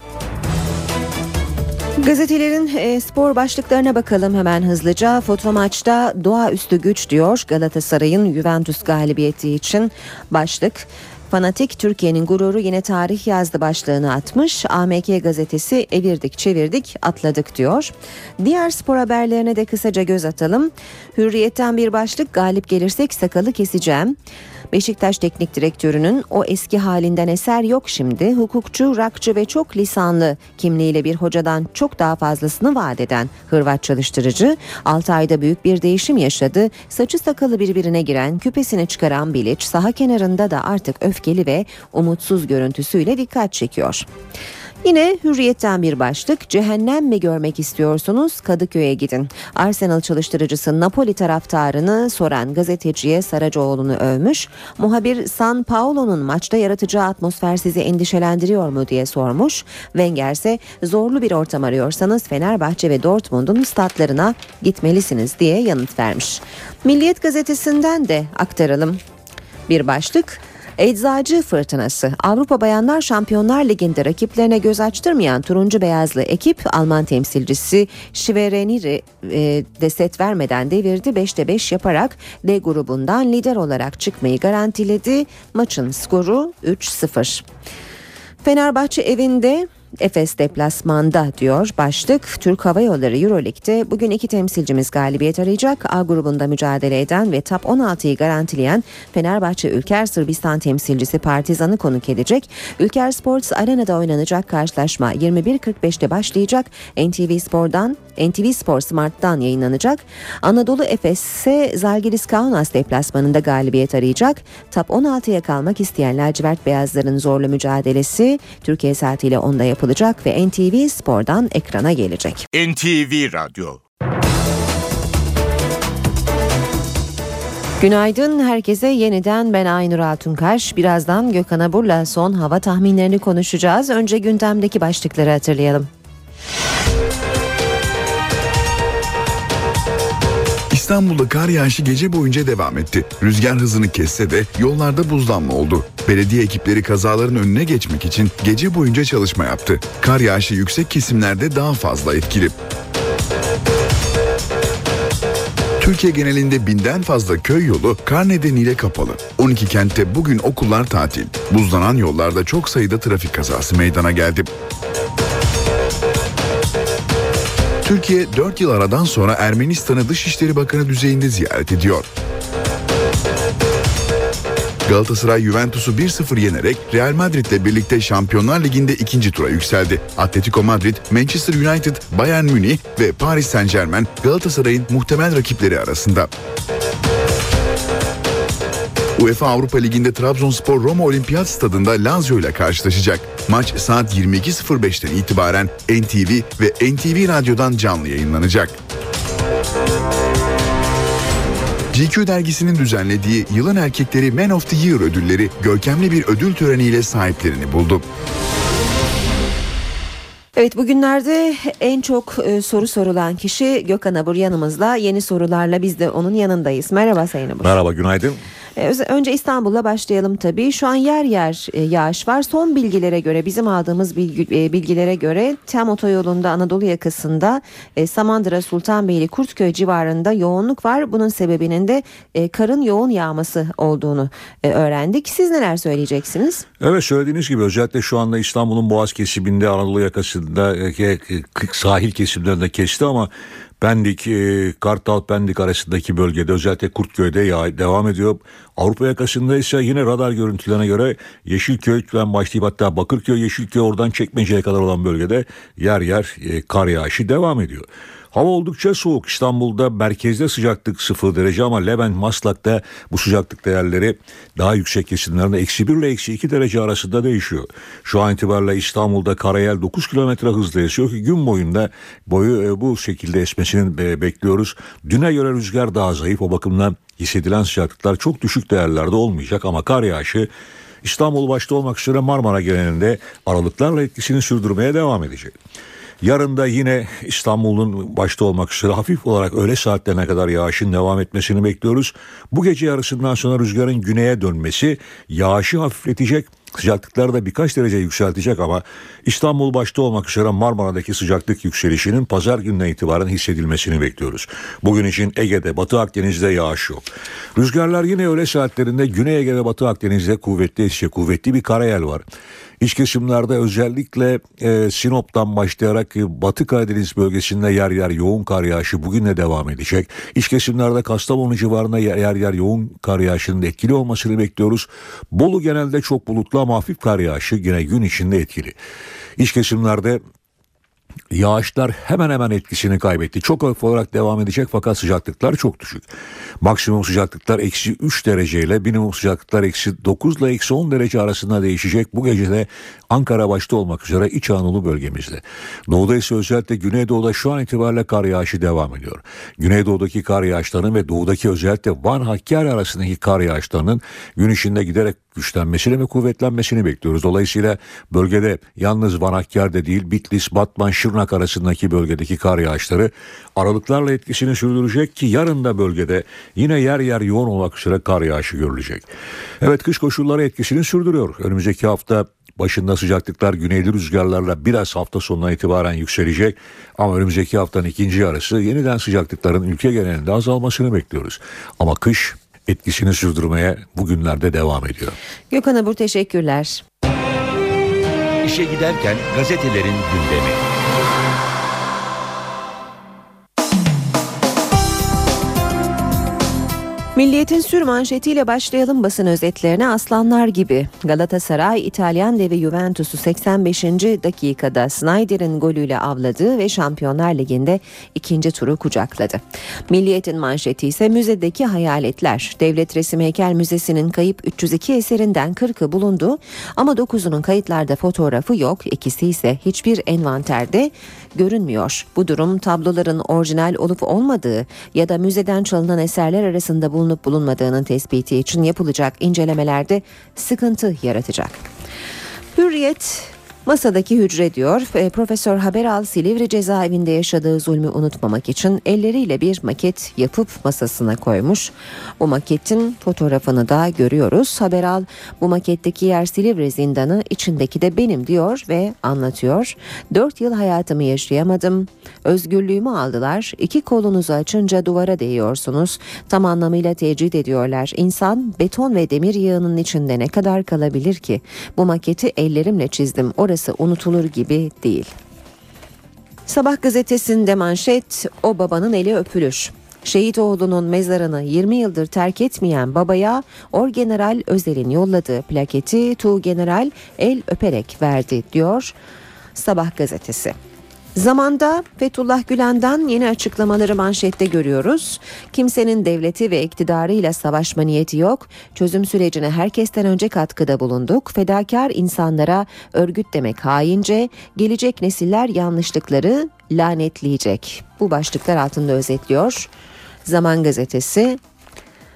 Speaker 2: Gazetelerin spor başlıklarına bakalım hemen hızlıca. Fotomaçta doğaüstü güç diyor Galatasaray'ın Juventus galibiyeti için başlık. Fanatik Türkiye'nin gururu yine tarih yazdı başlığını atmış. AMK gazetesi evirdik çevirdik atladık diyor. Diğer spor haberlerine de kısaca göz atalım. Hürriyet'ten bir başlık, galip gelirsek sakalı keseceğim. Beşiktaş Teknik Direktörü'nün o eski halinden eser yok şimdi. Hukukçu, rakçı ve çok lisanlı kimliğiyle bir hocadan çok daha fazlasını vaat eden Hırvat çalıştırıcı 6 ayda büyük bir değişim yaşadı. Saçı sakalı birbirine giren, küpesini çıkaran Bilic saha kenarında da artık öfkeli ve umutsuz görüntüsüyle dikkat çekiyor. Yine Hürriyet'ten bir başlık, cehennem mi görmek istiyorsunuz, Kadıköy'e gidin. Arsenal çalıştırıcısı Napoli taraftarını soran gazeteciye Saracoğlu'nu övmüş. Muhabir San Paulo'nun maçta yaratacağı atmosfer sizi endişelendiriyor mu diye sormuş. Wenger ise zorlu bir ortam arıyorsanız Fenerbahçe ve Dortmund'un statlarına gitmelisiniz diye yanıt vermiş. Milliyet gazetesinden de aktaralım bir başlık. Eczacı fırtınası. Avrupa Bayanlar Şampiyonlar Ligi'nde rakiplerine göz açtırmayan turuncu beyazlı ekip Alman temsilcisi Schwerenir'i de set vermeden devirdi. 5'te 5 yaparak D grubundan lider olarak çıkmayı garantiledi. Maçın skoru 3-0. Fenerbahçe evinde, Efes deplasmanda diyor başlık. Türk Hava Yolları Euroleague'de bugün 2 temsilcimiz galibiyet arayacak. A grubunda mücadele eden ve top 16'yı garantileyen Fenerbahçe Ülker Sırbistan temsilcisi Partizan'ı konuk edecek. Ülker Sports Arena'da oynanacak karşılaşma 21.45'te başlayacak. NTV Spor Smart'tan yayınlanacak. Anadolu Efes ise Zalgiris Kaunas deplasmanında galibiyet arayacak. Top 16'ya kalmak isteyen lacivert beyazların zorlu mücadelesi Türkiye saatiyle 10'da yapılacak ve NTV Spor'dan ekrana gelecek.
Speaker 1: NTV Radyo.
Speaker 2: Günaydın herkese, yeniden ben Aynur Altunkaş. Birazdan Gökhan Abur'la son hava tahminlerini konuşacağız. Önce gündemdeki başlıkları hatırlayalım.
Speaker 3: İstanbul'da kar yağışı gece boyunca devam etti. Rüzgar hızını kesse de yollarda buzlanma oldu. Belediye ekipleri kazaların önüne geçmek için gece boyunca çalışma yaptı. Kar yağışı yüksek kesimlerde daha fazla etkili. Türkiye genelinde 1000'den fazla köy yolu kar nedeniyle kapalı. 12 kentte bugün okullar tatil. Buzlanan yollarda çok sayıda trafik kazası meydana geldi. Türkiye 4 yıl aradan sonra Ermenistan'ı Dışişleri Bakanı düzeyinde ziyaret ediyor. Galatasaray Juventus'u 1-0 yenerek Real Madrid'le birlikte Şampiyonlar Ligi'nde 2. tura yükseldi. Atletico Madrid, Manchester United, Bayern Münih ve Paris Saint-Germain Galatasaray'ın muhtemel rakipleri arasında. UEFA Avrupa Ligi'nde Trabzonspor Roma Olimpiyat Stadında Lazio ile karşılaşacak. Maç saat 22.05'ten itibaren NTV ve NTV Radyo'dan canlı yayınlanacak. GQ dergisinin düzenlediği Yılın Erkekleri Man of the Year ödülleri görkemli bir ödül töreniyle sahiplerini buldu.
Speaker 2: Evet, bugünlerde en çok soru sorulan kişi Gökhan Abur yanımızda. Yeni sorularla biz de onun yanındayız. Merhaba Sayın Abur.
Speaker 7: Merhaba, günaydın.
Speaker 2: Önce İstanbul'la başlayalım tabii. Şu an yer yer yağış var. Son bilgilere göre, bizim aldığımız bilgilere göre TEM otoyolunda Anadolu yakasında Samandıra, Sultanbeyli, Kurtköy civarında yoğunluk var. Bunun sebebinin de karın yoğun yağması olduğunu öğrendik. Siz neler söyleyeceksiniz?
Speaker 7: Evet, söylediğiniz gibi özellikle şu anda İstanbul'un Boğaz kesiminde, Anadolu yakasında sahil kesimlerinde kesti ama Pendik, Kartal Pendik arasındaki bölgede özellikle Kurtköy'de devam ediyor. Avrupa yakasında ise yine radar görüntülerine göre Yeşilköy'den başlayıp hatta Bakırköy, Yeşilköy oradan Çekmece'ye kadar olan bölgede yer yer kar yağışı devam ediyor. Hava oldukça soğuk. İstanbul'da merkezde sıcaklık 0 derece ama Levent, Maslak'ta bu sıcaklık değerleri daha yüksek kesimlerinde -1 ile -2 derece arasında değişiyor. Şu an itibariyle İstanbul'da karayel 9 kilometre hızla esiyor ki gün boyunda bu şekilde esmesini bekliyoruz. Düne göre rüzgar daha zayıf, o bakımdan hissedilen sıcaklıklar çok düşük değerlerde olmayacak ama kar yağışı İstanbul başta olmak üzere Marmara genelinde aralıklarla etkisini sürdürmeye devam edecek. Yarın da yine İstanbul'un başta olmak üzere hafif olarak öğle saatlerine kadar yağışın devam etmesini bekliyoruz. Bu gece yarısından sonra rüzgarın güneye dönmesi yağışı hafifletecek. Sıcaklıkları da birkaç derece yükseltecek ama İstanbul başta olmak üzere Marmara'daki sıcaklık yükselişinin pazar gününe itibaren hissedilmesini bekliyoruz. Bugün için Ege'de, Batı Akdeniz'de yağış yok. Rüzgarlar yine öğle saatlerinde Güney Ege ve Batı Akdeniz'de kuvvetli bir karayel var. İç kesimlerde özellikle Sinop'tan başlayarak Batı Karadeniz bölgesinde yer yer yoğun kar yağışı bugün de devam edecek. İç kesimlerde Kastamonu civarında yer yer yoğun kar yağışının etkili olmasını bekliyoruz. Bolu genelde çok bulutlu ama hafif kar yağışı yine gün içinde etkili. İç kesimlerde yağışlar hemen hemen etkisini kaybetti. Çok hafif olarak devam edecek fakat sıcaklıklar çok düşük. Maksimum sıcaklıklar -3 dereceyle minimum sıcaklıklar -9 ile -10 derece arasında değişecek. Bu gece de Ankara başta olmak üzere İç Anadolu bölgemizde. Doğuda ise özellikle Güneydoğu'da şu an itibariyle kar yağışı devam ediyor. Güneydoğu'daki kar yağışlarının ve doğudaki özellikle Van-Hakkari arasındaki kar yağışlarının gün içinde giderek güçlenmesini ve kuvvetlenmesini bekliyoruz. Dolayısıyla bölgede yalnız Van-Hakkari'de değil Bitlis, Batman, Şırnak arasındaki bölgedeki kar yağışları aralıklarla etkisini sürdürecek ki yarın da bölgede yine yer yer yoğun olmak üzere kar yağışı görülecek. Evet, kış koşulları etkisini sürdürüyor. Önümüzdeki hafta başında sıcaklıklar güneyli rüzgarlarla biraz hafta sonuna itibaren yükselecek ama önümüzdeki haftanın ikinci yarısı yeniden sıcaklıkların ülke genelinde azalmasını bekliyoruz. Ama kış etkisini sürdürmeye bugünlerde devam ediyor.
Speaker 2: Gökhan Abur, teşekkürler.
Speaker 1: İşe giderken gazetelerin gündemi.
Speaker 2: Milliyet'in sür manşetiyle başlayalım basın özetlerine. Aslanlar gibi Galatasaray İtalyan devi Juventus'u 85. dakikada Sneijder'in golüyle avladı ve Şampiyonlar Ligi'nde ikinci turu kucakladı. Milliyet'in manşeti ise müzedeki hayaletler. Devlet Resim Heykel Müzesi'nin kayıp 302 eserinden 40'ı bulundu ama 9'unun kayıtlarda fotoğrafı yok. İkisi ise hiçbir envanterde görünmüyor. Bu durum tabloların orijinal olup olmadığı ya da müzeden çalınan eserler arasında bulunup bulunmadığının tespiti için yapılacak incelemelerde sıkıntı yaratacak. Hürriyet masadaki hücre diyor. Profesör Haberal Silivri cezaevinde yaşadığı zulmü unutmamak için elleriyle bir maket yapıp masasına koymuş. Bu maketin fotoğrafını da görüyoruz. Haberal bu maketteki yer Silivri zindanı, içindeki de benim diyor ve anlatıyor. 4 yıl hayatımı yaşayamadım. Özgürlüğümü aldılar. 2 kolunuzu açınca duvara değiyorsunuz. Tam anlamıyla tecrit ediyorlar. İnsan beton ve demir yığının içinde ne kadar kalabilir ki? Bu maketi ellerimle çizdim. Orası unutulur gibi değil. Sabah gazetesinde manşet, o babanın eli öpülür. Şehit oğlunun mezarını 20 yıldır terk etmeyen babaya Orgeneral Özel'in yolladığı plaketi Tuğgeneral el öperek verdi diyor Sabah gazetesi. Zamanda Fethullah Gülen'den yeni açıklamaları manşette görüyoruz. Kimsenin devleti ve iktidarıyla savaşma niyeti yok. Çözüm sürecine herkesten önce katkıda bulunduk. Fedakar insanlara örgüt demek haince. Gelecek nesiller yanlışlıkları lanetleyecek. Bu başlıklar altında özetliyor Zaman gazetesi.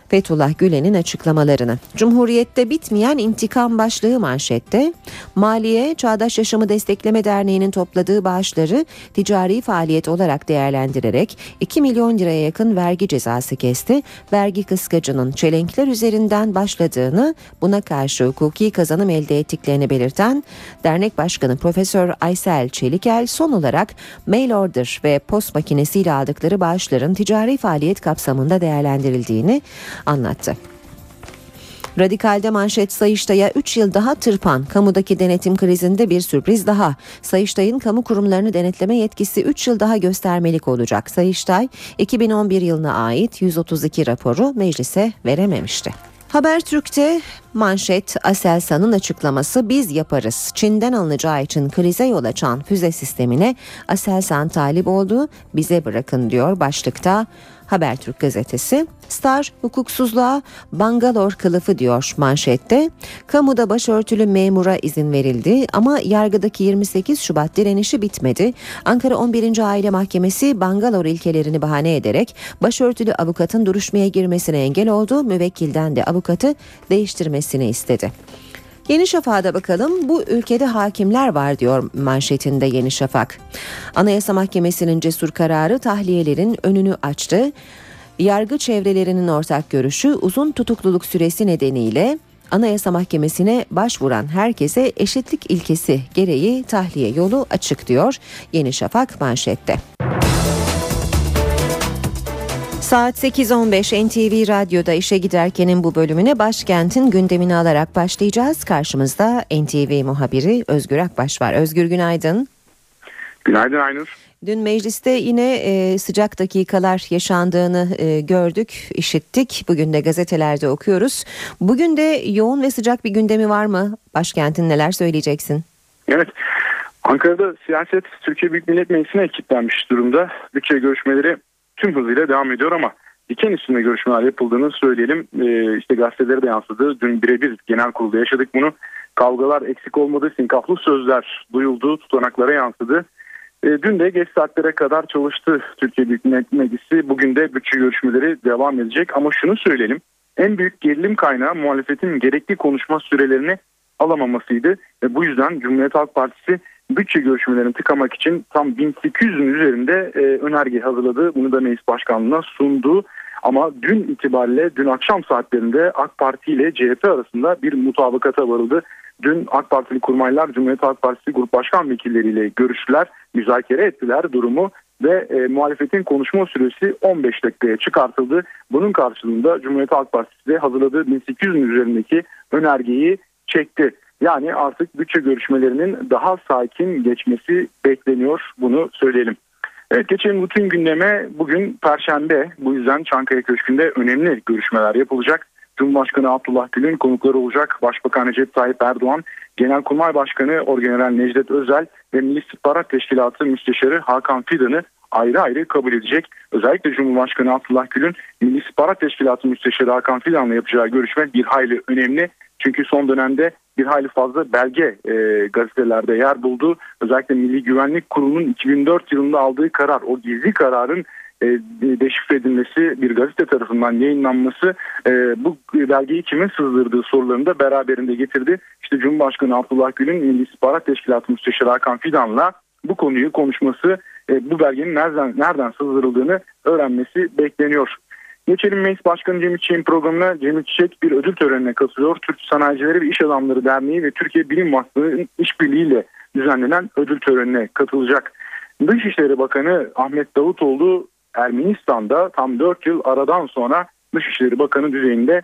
Speaker 2: Fethullah Gülen'in açıklamalarını. Cumhuriyet'te bitmeyen intikam başlığı manşette. Maliye, Çağdaş Yaşamı Destekleme Derneği'nin topladığı bağışları ticari faaliyet olarak değerlendirerek 2 milyon liraya yakın vergi cezası kesti. Vergi kıskacının çelenkler üzerinden başladığını, buna karşı hukuki kazanım elde ettiklerini belirten dernek başkanı Profesör Aysel Çelikel son olarak mail order ve post makinesiyle aldıkları bağışların ticari faaliyet kapsamında değerlendirildiğini anlattı. Radikal'de manşet Sayıştay'a 3 yıl daha tırpan. Kamudaki denetim krizinde bir sürpriz daha. Sayıştay'ın kamu kurumlarını denetleme yetkisi 3 yıl daha göstermelik olacak. Sayıştay 2011 yılına ait 132 raporu meclise verememişti. Habertürk'te manşet Aselsan'ın açıklaması biz yaparız. Çin'den alınacağı için krize yol açan füze sistemine Aselsan talip oldu. Bize bırakın diyor başlıkta Habertürk gazetesi. Star hukuksuzluğa Bangalore kılıfı diyor manşette. Kamuda başörtülü memura izin verildi ama yargıdaki 28 Şubat direnişi bitmedi. Ankara 11. Aile Mahkemesi Bangalore ilkelerini bahane ederek başörtülü avukatın duruşmaya girmesine engel oldu. Müvekkilden de avukatı değiştirmesini istedi. Yeni Şafak'a bakalım. Bu ülkede hakimler var diyor manşetinde Yeni Şafak. Anayasa Mahkemesi'nin cesur kararı tahliyelerin önünü açtı. Yargı çevrelerinin ortak görüşü uzun tutukluluk süresi nedeniyle Anayasa Mahkemesi'ne başvuran herkese eşitlik ilkesi gereği tahliye yolu açık diyor Yeni Şafak manşette. Saat 8.15 NTV Radyo'da işe giderkenin bu bölümüne başkentin gündemini alarak başlayacağız. Karşımızda NTV muhabiri Özgür Akbaş var. Özgür günaydın.
Speaker 8: Günaydın Aynur.
Speaker 2: Dün mecliste yine sıcak dakikalar yaşandığını gördük, işittik. Bugün de gazetelerde okuyoruz. Bugün de yoğun ve sıcak bir gündemi var mı? Başkentin neler söyleyeceksin?
Speaker 8: Evet. Ankara'da siyaset Türkiye Büyük Millet Meclisi'ne kilitlenmiş durumda. Bütçe görüşmeleri tüm hızıyla devam ediyor ama diken üstünde görüşmeler yapıldığını söyleyelim. İşte gazetelere de yansıdı. Dün birebir genel kurulda yaşadık bunu. Kavgalar eksik olmadı, sinkaflı sözler duyuldu, tutanaklara yansıdı. Dün de geç saatlere kadar çalıştı Türkiye Büyük Millet Meclisi. Bugün de bütçe görüşmeleri devam edecek. Ama şunu söyleyelim. En büyük gerilim kaynağı muhalefetin gerekli konuşma sürelerini alamamasıydı. Ve bu yüzden Cumhuriyet Halk Partisi bütçe görüşmelerini tıkamak için tam 1800'ün üzerinde önerge hazırladı. Bunu da meclis başkanlığına sundu. Ama dün itibariyle dün akşam saatlerinde AK Parti ile CHP arasında bir mutabakata varıldı. Dün AK Partili kurmaylar Cumhuriyet Halk Partisi Grup Başkan Vekilleriyle görüştüler, müzakere ettiler durumu ve muhalefetin konuşma süresi 15 dakikaya çıkartıldı. Bunun karşılığında Cumhuriyet Halk Partisi de hazırladığı 1800'ün üzerindeki önergeyi çekti. Yani artık bütçe görüşmelerinin daha sakin geçmesi bekleniyor, bunu söyleyelim. Evet, geçelim rutin gündeme. Bugün Perşembe, bu yüzden Çankaya Köşkü'nde önemli görüşmeler yapılacak. Cumhurbaşkanı Abdullah Gül'ün konukları olacak. Başbakan Recep Tayyip Erdoğan, Genelkurmay Başkanı Orgeneral Necdet Özel ve Milli İstihbarat Teşkilatı Müsteşarı Hakan Fidan'ı ayrı ayrı kabul edecek. Özellikle Cumhurbaşkanı Abdullah Gül'ün Milli İstihbarat Teşkilatı Müsteşarı Hakan Fidan'la yapacağı görüşme bir hayli önemli. Çünkü son dönemde bir hayli fazla belge gazetelerde yer buldu. Özellikle Milli Güvenlik Kurulu'nun 2004 yılında aldığı karar, o gizli kararın deşifre edilmesi, bir gazete tarafından yayınlanması bu belgeyi kimin sızdırdığı sorularını da beraberinde getirdi. İşte Cumhurbaşkanı Abdullah Gül'ün Milli İstihbarat Teşkilatı Müsteşarı Hakan Fidan'la bu konuyu konuşması, bu belgenin nereden sızdırıldığını öğrenmesi bekleniyor. Geçelim Meclis Başkanı Cemil Çiçek'in programına. Cemil Çiçek bir ödül törenine katılıyor. Türk Sanayicileri ve İş Adamları Derneği ve Türkiye Bilim Vakfı'nın işbirliğiyle düzenlenen ödül törenine katılacak. Dışişleri Bakanı Ahmet Davutoğlu Ermenistan'da tam 4 yıl aradan sonra Dışişleri Bakanı düzeyinde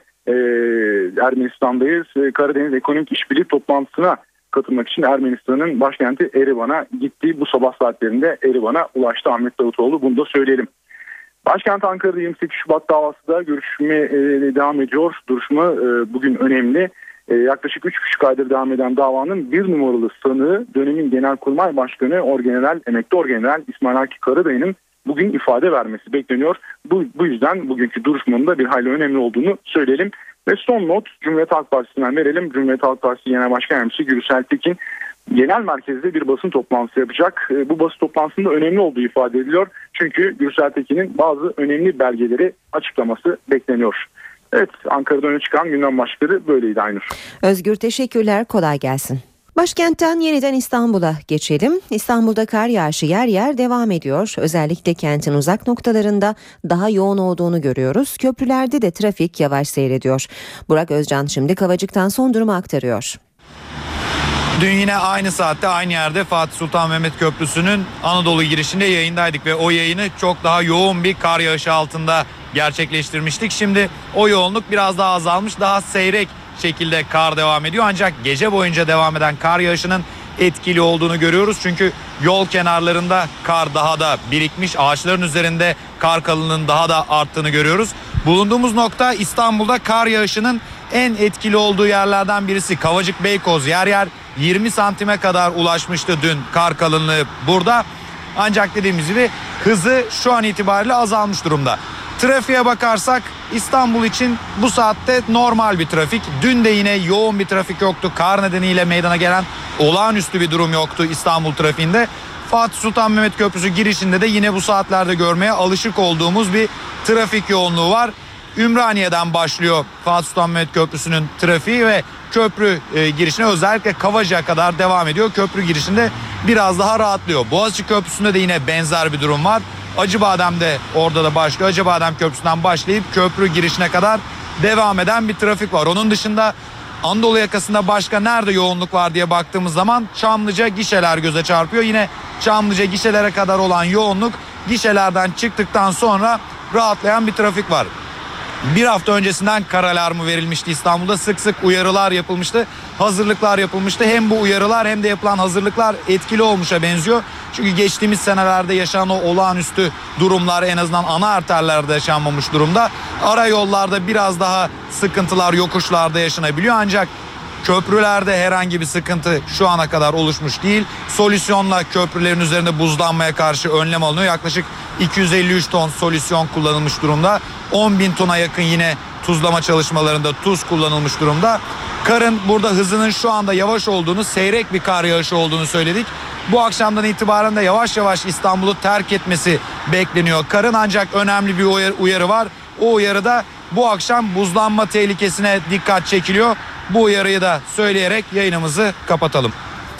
Speaker 8: Ermenistan'dayız. Karadeniz Ekonomik İşbirliği toplantısına katılmak için Ermenistan'ın başkenti Erivan'a gitti. Bu sabah saatlerinde Erivan'a ulaştı Ahmet Davutoğlu. Bunu da söyleyelim. Başkent Ankara'da 28 Şubat davası da görüşme devam ediyor. Duruşma bugün önemli. Yaklaşık 3,5 aydır devam eden davanın bir numaralı sanığı dönemin Genelkurmay Başkanı Emekli Orgeneral İsmail Hakkı Karadayı'nın bugün ifade vermesi bekleniyor. Bu yüzden bugünkü duruşmanın da bir hayli önemli olduğunu söyleyelim. Ve son not Cumhuriyet Halk Partisi'nden verelim. Cumhuriyet Halk Partisi Genel Başkan Yardımcısı Gürsel Tekin genel merkezde bir basın toplantısı yapacak. Bu basın toplantısında önemli olduğu ifade ediliyor. Çünkü Gürsel Tekin'in bazı önemli belgeleri açıklaması bekleniyor. Evet, Ankara'da öne çıkan gündem başlıkları böyleydi Aynur.
Speaker 2: Özgür, teşekkürler, kolay gelsin. Başkentten yeniden İstanbul'a geçelim. İstanbul'da kar yağışı yer yer devam ediyor. Özellikle kentin uzak noktalarında daha yoğun olduğunu görüyoruz. Köprülerde de trafik yavaş seyrediyor. Burak Özcan şimdi Kavacık'tan son durumu aktarıyor.
Speaker 9: Dün yine aynı saatte aynı yerde Fatih Sultan Mehmet Köprüsü'nün Anadolu girişinde yayındaydık ve o yayını çok daha yoğun bir kar yağışı altında gerçekleştirmiştik. Şimdi o yoğunluk biraz daha azalmış, daha seyrek şekilde kar devam ediyor. Ancak gece boyunca devam eden kar yağışının etkili olduğunu görüyoruz. Çünkü yol kenarlarında kar daha da birikmiş, ağaçların üzerinde kar kalınlığının daha da arttığını görüyoruz. Bulunduğumuz nokta İstanbul'da kar yağışının en etkili olduğu yerlerden birisi. Kavacık Beykoz, yer yer 20 santime kadar ulaşmıştı dün kar kalınlığı burada. Ancak dediğimiz gibi hızı şu an itibariyle azalmış durumda. Trafiğe bakarsak İstanbul için bu saatte normal bir trafik. Dün de yine yoğun bir trafik yoktu. Kar nedeniyle meydana gelen olağanüstü bir durum yoktu İstanbul trafiğinde. Fatih Sultan Mehmet Köprüsü girişinde de yine bu saatlerde görmeye alışık olduğumuz bir trafik yoğunluğu var. Ümraniye'den başlıyor Fatih Sultan Mehmet Köprüsü'nün trafiği ve köprü girişine özellikle Kavacık'a kadar devam ediyor. Köprü girişinde biraz daha rahatlıyor. Boğaziçi Köprüsü'nde de yine benzer bir durum var. Acıbadem'de orada da başlıyor. Acıbadem Köprüsü'nden başlayıp köprü girişine kadar devam eden bir trafik var. Onun dışında Anadolu yakasında başka nerede yoğunluk var diye baktığımız zaman Çamlıca gişeler göze çarpıyor. Yine Çamlıca gişelere kadar olan yoğunluk, gişelerden çıktıktan sonra rahatlayan bir trafik var. Bir hafta öncesinden kar alarmı verilmişti İstanbul'da. Sık sık uyarılar yapılmıştı. Hazırlıklar yapılmıştı. Hem bu uyarılar hem de yapılan hazırlıklar etkili olmuşa benziyor. Çünkü geçtiğimiz senelerde yaşanan o olağanüstü durumlar en azından ana arterlerde yaşanmamış durumda. Ara yollarda biraz daha sıkıntılar yokuşlarda yaşanabiliyor. Ancak köprülerde herhangi bir sıkıntı şu ana kadar oluşmuş değil. Solüsyonla köprülerin üzerinde buzlanmaya karşı önlem alınıyor. Yaklaşık 253 ton solüsyon kullanılmış durumda. 10.000 tona yakın yine tuzlama çalışmalarında tuz kullanılmış durumda. Karın burada hızının şu anda yavaş olduğunu, seyrek bir kar yağışı olduğunu söyledik. Bu akşamdan itibaren de yavaş yavaş İstanbul'u terk etmesi bekleniyor karın. Ancak önemli bir uyarı var. O uyarıda bu akşam buzlanma tehlikesine dikkat çekiliyor. Bu uyarıyı da söyleyerek yayınımızı kapatalım.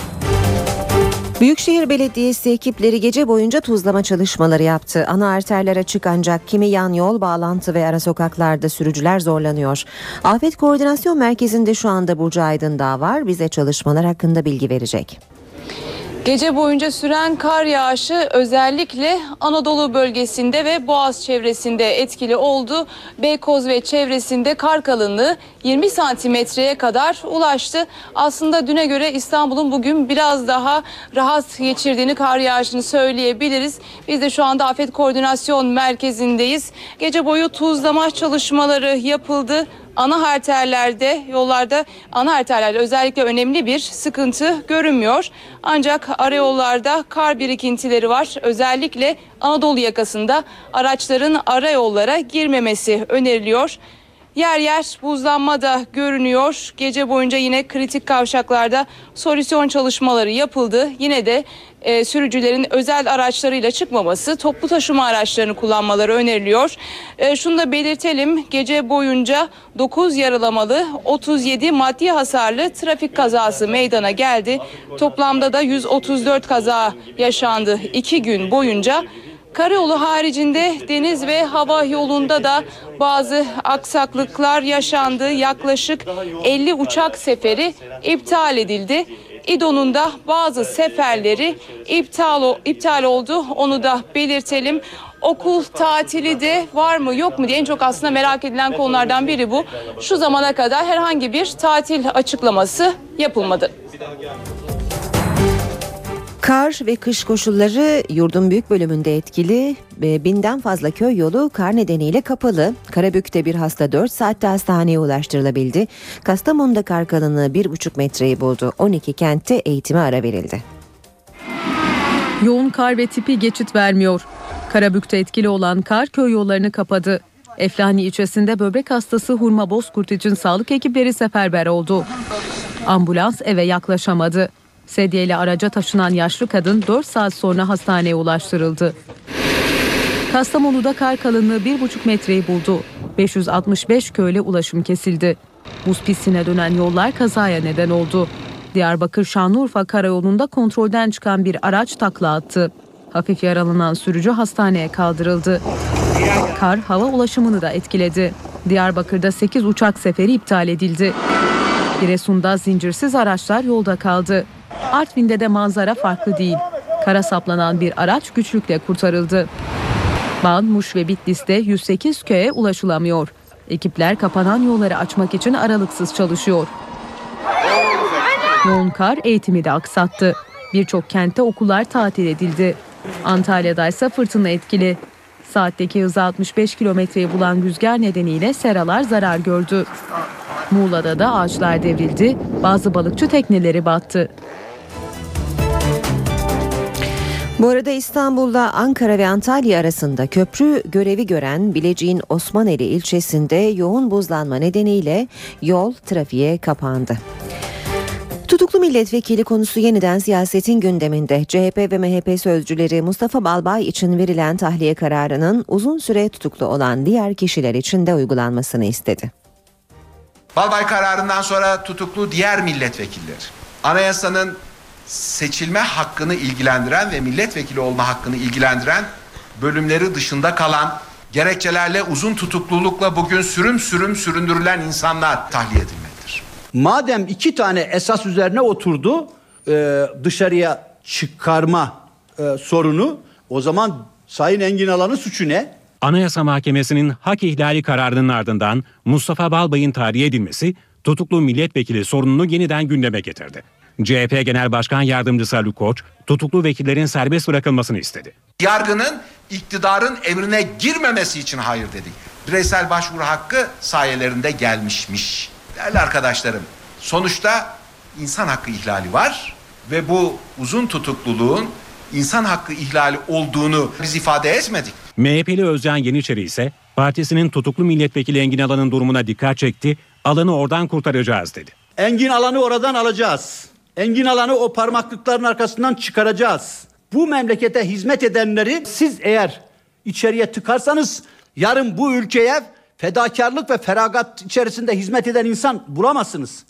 Speaker 2: Büyükşehir Belediyesi ekipleri gece boyunca tuzlama çalışmaları yaptı. Ana arterler açık ancak kimi yan yol, bağlantı ve ara sokaklarda sürücüler zorlanıyor. Afet Koordinasyon Merkezi'nde şu anda Burcu Aydındağ var. Bize çalışmalar hakkında bilgi verecek.
Speaker 22: Gece boyunca süren kar yağışı özellikle Anadolu bölgesinde ve Boğaz çevresinde etkili oldu. Beykoz ve çevresinde kar kalınlığı 20 santimetreye kadar ulaştı. Aslında düne göre İstanbul'un bugün biraz daha rahat geçirdiğini, kar yağışını söyleyebiliriz. Biz de şu anda Afet Koordinasyon Merkezi'ndeyiz. Gece boyu tuzlama çalışmaları yapıldı. Ana arterlerde, yollarda, ana arterlerde özellikle önemli bir sıkıntı görünmüyor. Ancak arayollarda kar birikintileri var. Özellikle Anadolu yakasında araçların arayollara girmemesi öneriliyor. Yer yer buzlanma da görünüyor. Gece boyunca yine kritik kavşaklarda solüsyon çalışmaları yapıldı. Yine de sürücülerin özel araçlarıyla çıkmaması, toplu taşıma araçlarını kullanmaları öneriliyor. Şunu da belirtelim, gece boyunca 9 yaralamalı, 37 maddi hasarlı trafik kazası meydana geldi. Toplamda da 134 kaza yaşandı 2 gün boyunca. Karayolu haricinde deniz ve hava yolunda da bazı aksaklıklar yaşandı. Yaklaşık 50 uçak seferi iptal edildi. İDO'nun da bazı seferleri iptal oldu. Onu da belirtelim. Okul tatili de var mı yok mu diye en çok aslında merak edilen konulardan biri bu. Şu zamana kadar herhangi bir tatil açıklaması yapılmadı.
Speaker 2: Kar ve kış koşulları yurdun büyük bölümünde etkili. 1000'den fazla köy yolu kar nedeniyle kapalı. Karabük'te bir hasta 4 saatte hastaneye ulaştırılabildi. Kastamonu'da kar kalınlığı 1,5 metreyi buldu. 12 kentte eğitime ara verildi.
Speaker 4: Yoğun kar ve tipi geçit vermiyor. Karabük'te etkili olan kar köy yollarını kapadı. Eflani ilçesinde böbrek hastası Hurma Bozkurt için sağlık ekipleri seferber oldu. Ambulans eve yaklaşamadı. Sedyeyle araca taşınan yaşlı kadın 4 saat sonra hastaneye ulaştırıldı. Kastamonu'da kar kalınlığı 1,5 metreyi buldu. 565 köyle ulaşım kesildi. Buz pistine dönen yollar kazaya neden oldu. Diyarbakır-Şanlıurfa karayolunda kontrolden çıkan bir araç takla attı. Hafif yaralanan sürücü hastaneye kaldırıldı. Kar hava ulaşımını da etkiledi. Diyarbakır'da 8 uçak seferi iptal edildi. Giresun'da zincirsiz araçlar yolda kaldı. Artvin'de de manzara farklı değil. Kara saplanan bir araç güçlükle kurtarıldı. Van, Muş ve Bitlis'te 108 köye ulaşılamıyor. Ekipler kapanan yolları açmak için aralıksız çalışıyor. Yoğun kar eğitimi de aksattı. Birçok kentte okullar tatil edildi. Antalya'da ise fırtına etkili. Saatteki hızı 65 kilometreyi bulan rüzgar nedeniyle seralar zarar gördü. Muğla'da da ağaçlar devrildi, bazı balıkçı tekneleri battı.
Speaker 2: Bu arada İstanbul'da Ankara ve Antalya arasında köprü görevi gören Bilecik'in Osmaneli ilçesinde yoğun buzlanma nedeniyle yol trafiğe kapandı. Tutuklu milletvekili konusu yeniden siyasetin gündeminde. CHP ve MHP sözcüleri Mustafa Balbay için verilen tahliye kararının uzun süre tutuklu olan diğer kişiler için de uygulanmasını istedi.
Speaker 11: Balbay kararından sonra tutuklu diğer milletvekilleri, anayasanın seçilme hakkını ilgilendiren ve milletvekili olma hakkını ilgilendiren bölümleri dışında kalan, gerekçelerle uzun tutuklulukla bugün sürüm süründürülen insanlar tahliye edilmelidir.
Speaker 12: Madem 2 tane esas üzerine oturdu, dışarıya çıkarma sorunu, o zaman Sayın Engin Alan'ın suçu ne?
Speaker 5: Anayasa Mahkemesi'nin hak ihlali kararının ardından Mustafa Balbay'ın tahliye edilmesi tutuklu milletvekili sorununu yeniden gündeme getirdi. CHP Genel Başkan Yardımcısı Ali Koç, tutuklu vekillerin serbest bırakılmasını istedi.
Speaker 11: Yargının iktidarın emrine girmemesi için hayır dedik. Bireysel başvuru hakkı sayelerinde gelmişmiş. Değerli arkadaşlarım, sonuçta insan hakkı ihlali var ve bu uzun tutukluluğun insan hakkı ihlali olduğunu biz ifade etmedik.
Speaker 5: MHP'li Özcan Yeniçeri ise partisinin tutuklu milletvekili Engin Alan'ın durumuna dikkat çekti. Alan'ı oradan kurtaracağız dedi.
Speaker 12: Engin Alan'ı oradan alacağız. Engin Alan'ı o parmaklıkların arkasından çıkaracağız. Bu memlekete hizmet edenleri siz eğer içeriye tıkarsanız yarın bu ülkeye fedakarlık ve feragat içerisinde hizmet eden insan bulamazsınız.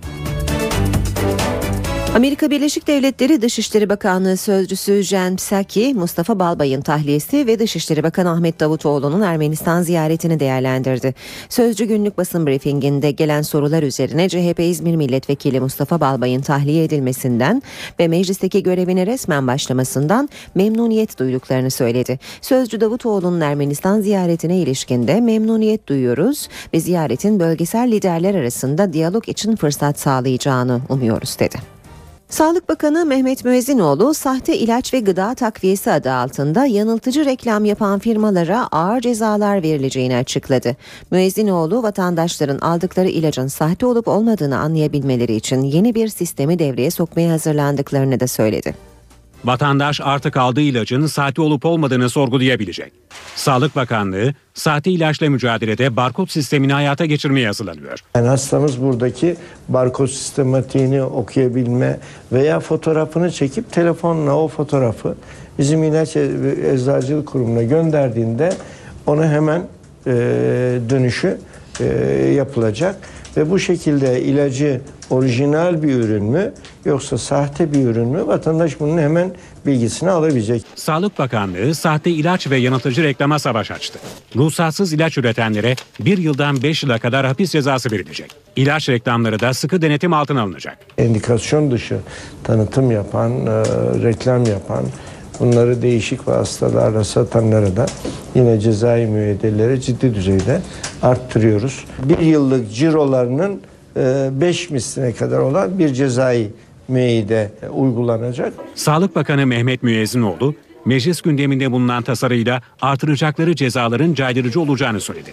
Speaker 2: Amerika Birleşik Devletleri Dışişleri Bakanlığı Sözcüsü Jen Psaki, Mustafa Balbay'ın tahliyesi ve Dışişleri Bakanı Ahmet Davutoğlu'nun Ermenistan ziyaretini değerlendirdi. Sözcü günlük basın briefinginde gelen sorular üzerine CHP İzmir Milletvekili Mustafa Balbay'ın tahliye edilmesinden ve meclisteki görevine resmen başlamasından memnuniyet duyduklarını söyledi. Sözcü Davutoğlu'nun Ermenistan ziyaretine ilişkin de memnuniyet duyuyoruz ve ziyaretin bölgesel liderler arasında diyalog için fırsat sağlayacağını umuyoruz dedi. Sağlık Bakanı Mehmet Müezzinoğlu, sahte ilaç ve gıda takviyesi adı altında yanıltıcı reklam yapan firmalara ağır cezalar verileceğini açıkladı. Müezzinoğlu, vatandaşların aldıkları ilacın sahte olup olmadığını anlayabilmeleri için yeni bir sistemi devreye sokmaya hazırlandıklarını da söyledi.
Speaker 5: Vatandaş artık aldığı ilacın sahte olup olmadığını sorgulayabilecek. Sağlık Bakanlığı, sahte ilaçla mücadelede barkod sistemini hayata geçirmeye hazırlanıyor.
Speaker 23: Yani hastamız buradaki barkod sistematiğini okuyabilme veya fotoğrafını çekip telefonla o fotoğrafı bizim ilaç eczacılık kurumuna gönderdiğinde ona hemen dönüşü yapılacak. Ve bu şekilde ilacı orijinal bir ürün mü yoksa sahte bir ürün mü, vatandaş bunun hemen bilgisini alabilecek.
Speaker 5: Sağlık Bakanlığı sahte ilaç ve yanıltıcı reklama savaş açtı. Ruhsatsız ilaç üretenlere 1 yıldan 5 yıla kadar hapis cezası verilecek. İlaç reklamları da sıkı denetim altına alınacak.
Speaker 23: Endikasyon dışı tanıtım yapan, reklam yapan, bunları değişik vasıtalarla satanlara da yine cezai müeyyideleri ciddi düzeyde arttırıyoruz. 1 yıllık cirolarının 5 misline kadar olan bir cezai müeyyide uygulanacak.
Speaker 5: Sağlık Bakanı Mehmet Müezzinoğlu, meclis gündeminde bulunan tasarıyla artıracakları cezaların caydırıcı olacağını söyledi.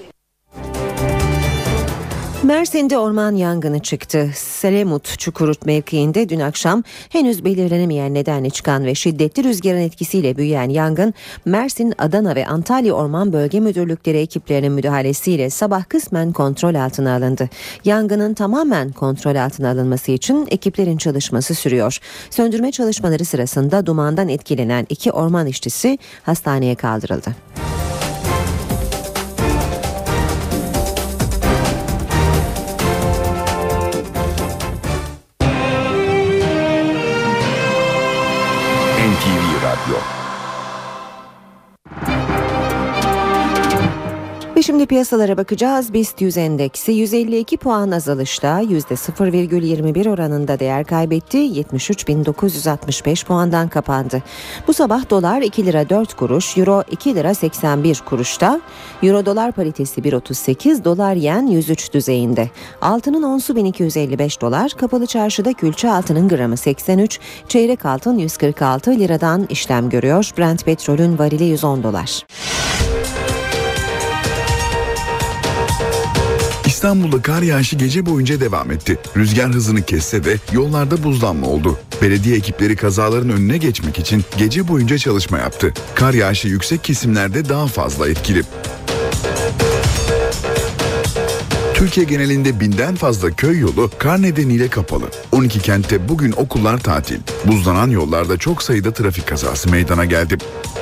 Speaker 2: Mersin'de orman yangını çıktı. Selemut Çukurut mevkiinde dün akşam henüz belirlenemeyen nedenle çıkan ve şiddetli rüzgarın etkisiyle büyüyen yangın, Mersin, Adana ve Antalya Orman Bölge Müdürlükleri ekiplerinin müdahalesiyle sabah kısmen kontrol altına alındı. Yangının tamamen kontrol altına alınması için ekiplerin çalışması sürüyor. Söndürme çalışmaları sırasında dumandan etkilenen 2 orman işçisi hastaneye kaldırıldı.
Speaker 1: NTV Radyo.
Speaker 2: Ve şimdi piyasalara bakacağız. BIST 100 endeksi 152 puan azalışla %0,21 oranında değer kaybetti. 73.965 puandan kapandı. Bu sabah dolar 2 lira 4 kuruş, euro 2 lira 81 kuruşta. Euro dolar paritesi 1.38, dolar yen 103 düzeyinde. Altının onsu 1255 dolar, kapalı çarşıda külçe altının gramı 83, çeyrek altın 146 liradan işlem görüyor. Brent petrolün varili 110 dolar.
Speaker 3: İstanbul'da kar yağışı gece boyunca devam etti. Rüzgar hızını kesse de yollarda buzlanma oldu. Belediye ekipleri kazaların önüne geçmek için gece boyunca çalışma yaptı. Kar yağışı yüksek kesimlerde daha fazla etkili. Türkiye genelinde 1000'den fazla köy yolu kar nedeniyle kapalı. 12 kentte bugün okullar tatil. Buzlanan yollarda çok sayıda trafik kazası meydana geldi.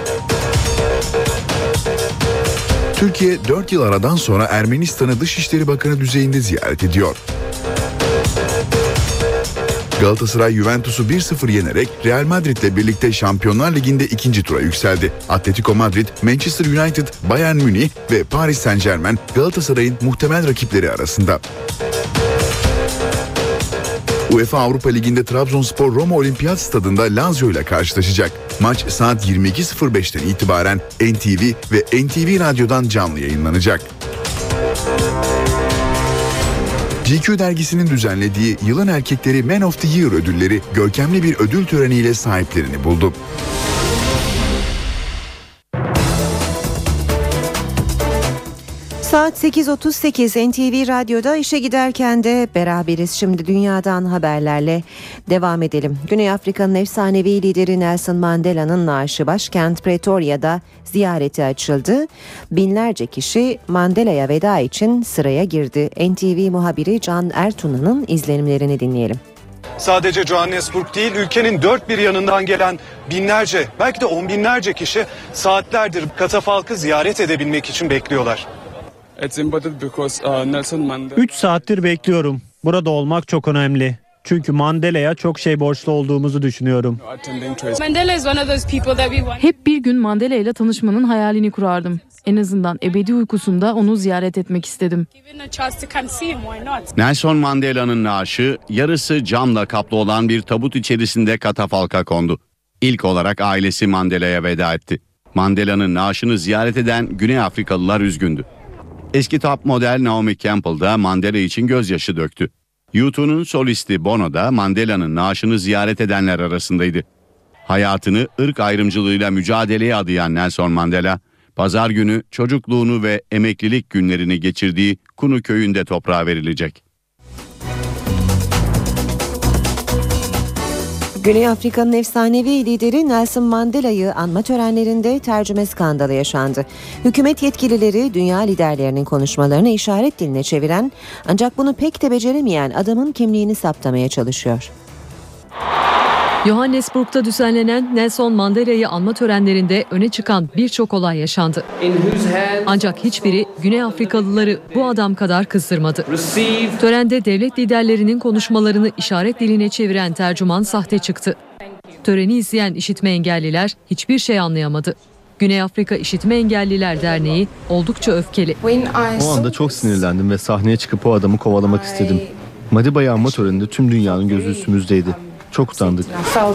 Speaker 3: Türkiye 4 yıl aradan sonra Ermenistan'ı Dışişleri Bakanı düzeyinde ziyaret ediyor. Galatasaray Juventus'u 1-0 yenerek Real Madrid'le birlikte Şampiyonlar Ligi'nde ikinci tura yükseldi. Atletico Madrid, Manchester United, Bayern Münih ve Paris Saint-Germain Galatasaray'ın muhtemel rakipleri arasında. UEFA Avrupa Ligi'nde Trabzonspor Roma Olimpiyat Stadında Lazio ile karşılaşacak. Maç saat 22.05'ten itibaren NTV ve NTV Radyo'dan canlı yayınlanacak. GQ dergisinin düzenlediği Yılın Erkekleri Man of the Year ödülleri görkemli bir ödül töreniyle sahiplerini buldu.
Speaker 2: Saat 8.38 NTV Radyo'da işe giderken de beraberiz. Şimdi dünyadan haberlerle devam edelim. Güney Afrika'nın efsanevi lideri Nelson Mandela'nın naaşı başkent Pretoria'da ziyareti açıldı. Binlerce kişi Mandela'ya veda için sıraya girdi. NTV muhabiri Can Ertuna'nın izlenimlerini dinleyelim.
Speaker 13: Sadece Johannesburg değil, ülkenin dört bir yanından gelen binlerce, belki de on binlerce kişi saatlerdir katafalkı ziyaret edebilmek için bekliyorlar.
Speaker 14: 3 saattir bekliyorum. Burada olmak çok önemli. Çünkü Mandela'ya çok şey borçlu olduğumuzu düşünüyorum.
Speaker 17: Hep bir gün Mandela ile tanışmanın hayalini kurardım. En azından ebedi uykusunda onu ziyaret etmek istedim.
Speaker 16: Nelson Mandela'nın naaşı yarısı camla kaplı olan bir tabut içerisinde katafalka kondu. İlk olarak ailesi Mandela'ya veda etti. Mandela'nın naaşını ziyaret eden Güney Afrikalılar üzgündü. Eski top model Naomi Campbell da Mandela için gözyaşı döktü. U2'nun solisti Bono da Mandela'nın naaşını ziyaret edenler arasındaydı. Hayatını ırk ayrımcılığıyla mücadeleye adayan Nelson Mandela, pazar günü çocukluğunu ve emeklilik günlerini geçirdiği Kunu köyünde toprağa verilecek.
Speaker 2: Güney Afrika'nın efsanevi lideri Nelson Mandela'yı anma törenlerinde tercüme skandalı yaşandı. Hükümet yetkilileri dünya liderlerinin konuşmalarını işaret diline çeviren ancak bunu pek de beceremeyen adamın kimliğini saptamaya çalışıyor.
Speaker 4: Johannesburg'da düzenlenen Nelson Mandela'yı anma törenlerinde öne çıkan birçok olay yaşandı. Ancak hiçbiri Güney Afrikalıları bu adam kadar kızdırmadı. Törende devlet liderlerinin konuşmalarını işaret diline çeviren tercüman sahte çıktı. Töreni izleyen işitme engelliler hiçbir şey anlayamadı. Güney Afrika İşitme Engelliler Derneği oldukça öfkeli.
Speaker 24: O anda çok sinirlendim ve sahneye çıkıp o adamı kovalamak istedim. Madiba'yı anma töreninde tüm dünyanın gözü üstümüzdeydi. Çok utandık.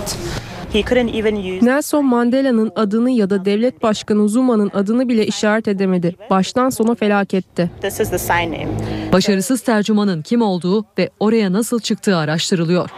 Speaker 25: Nelson Mandela'nın adını ya da devlet başkanı Zuma'nın adını bile işaret edemedi. Baştan sona felaketti.
Speaker 4: Başarısız tercümanın kim olduğu ve oraya nasıl çıktığı araştırılıyor.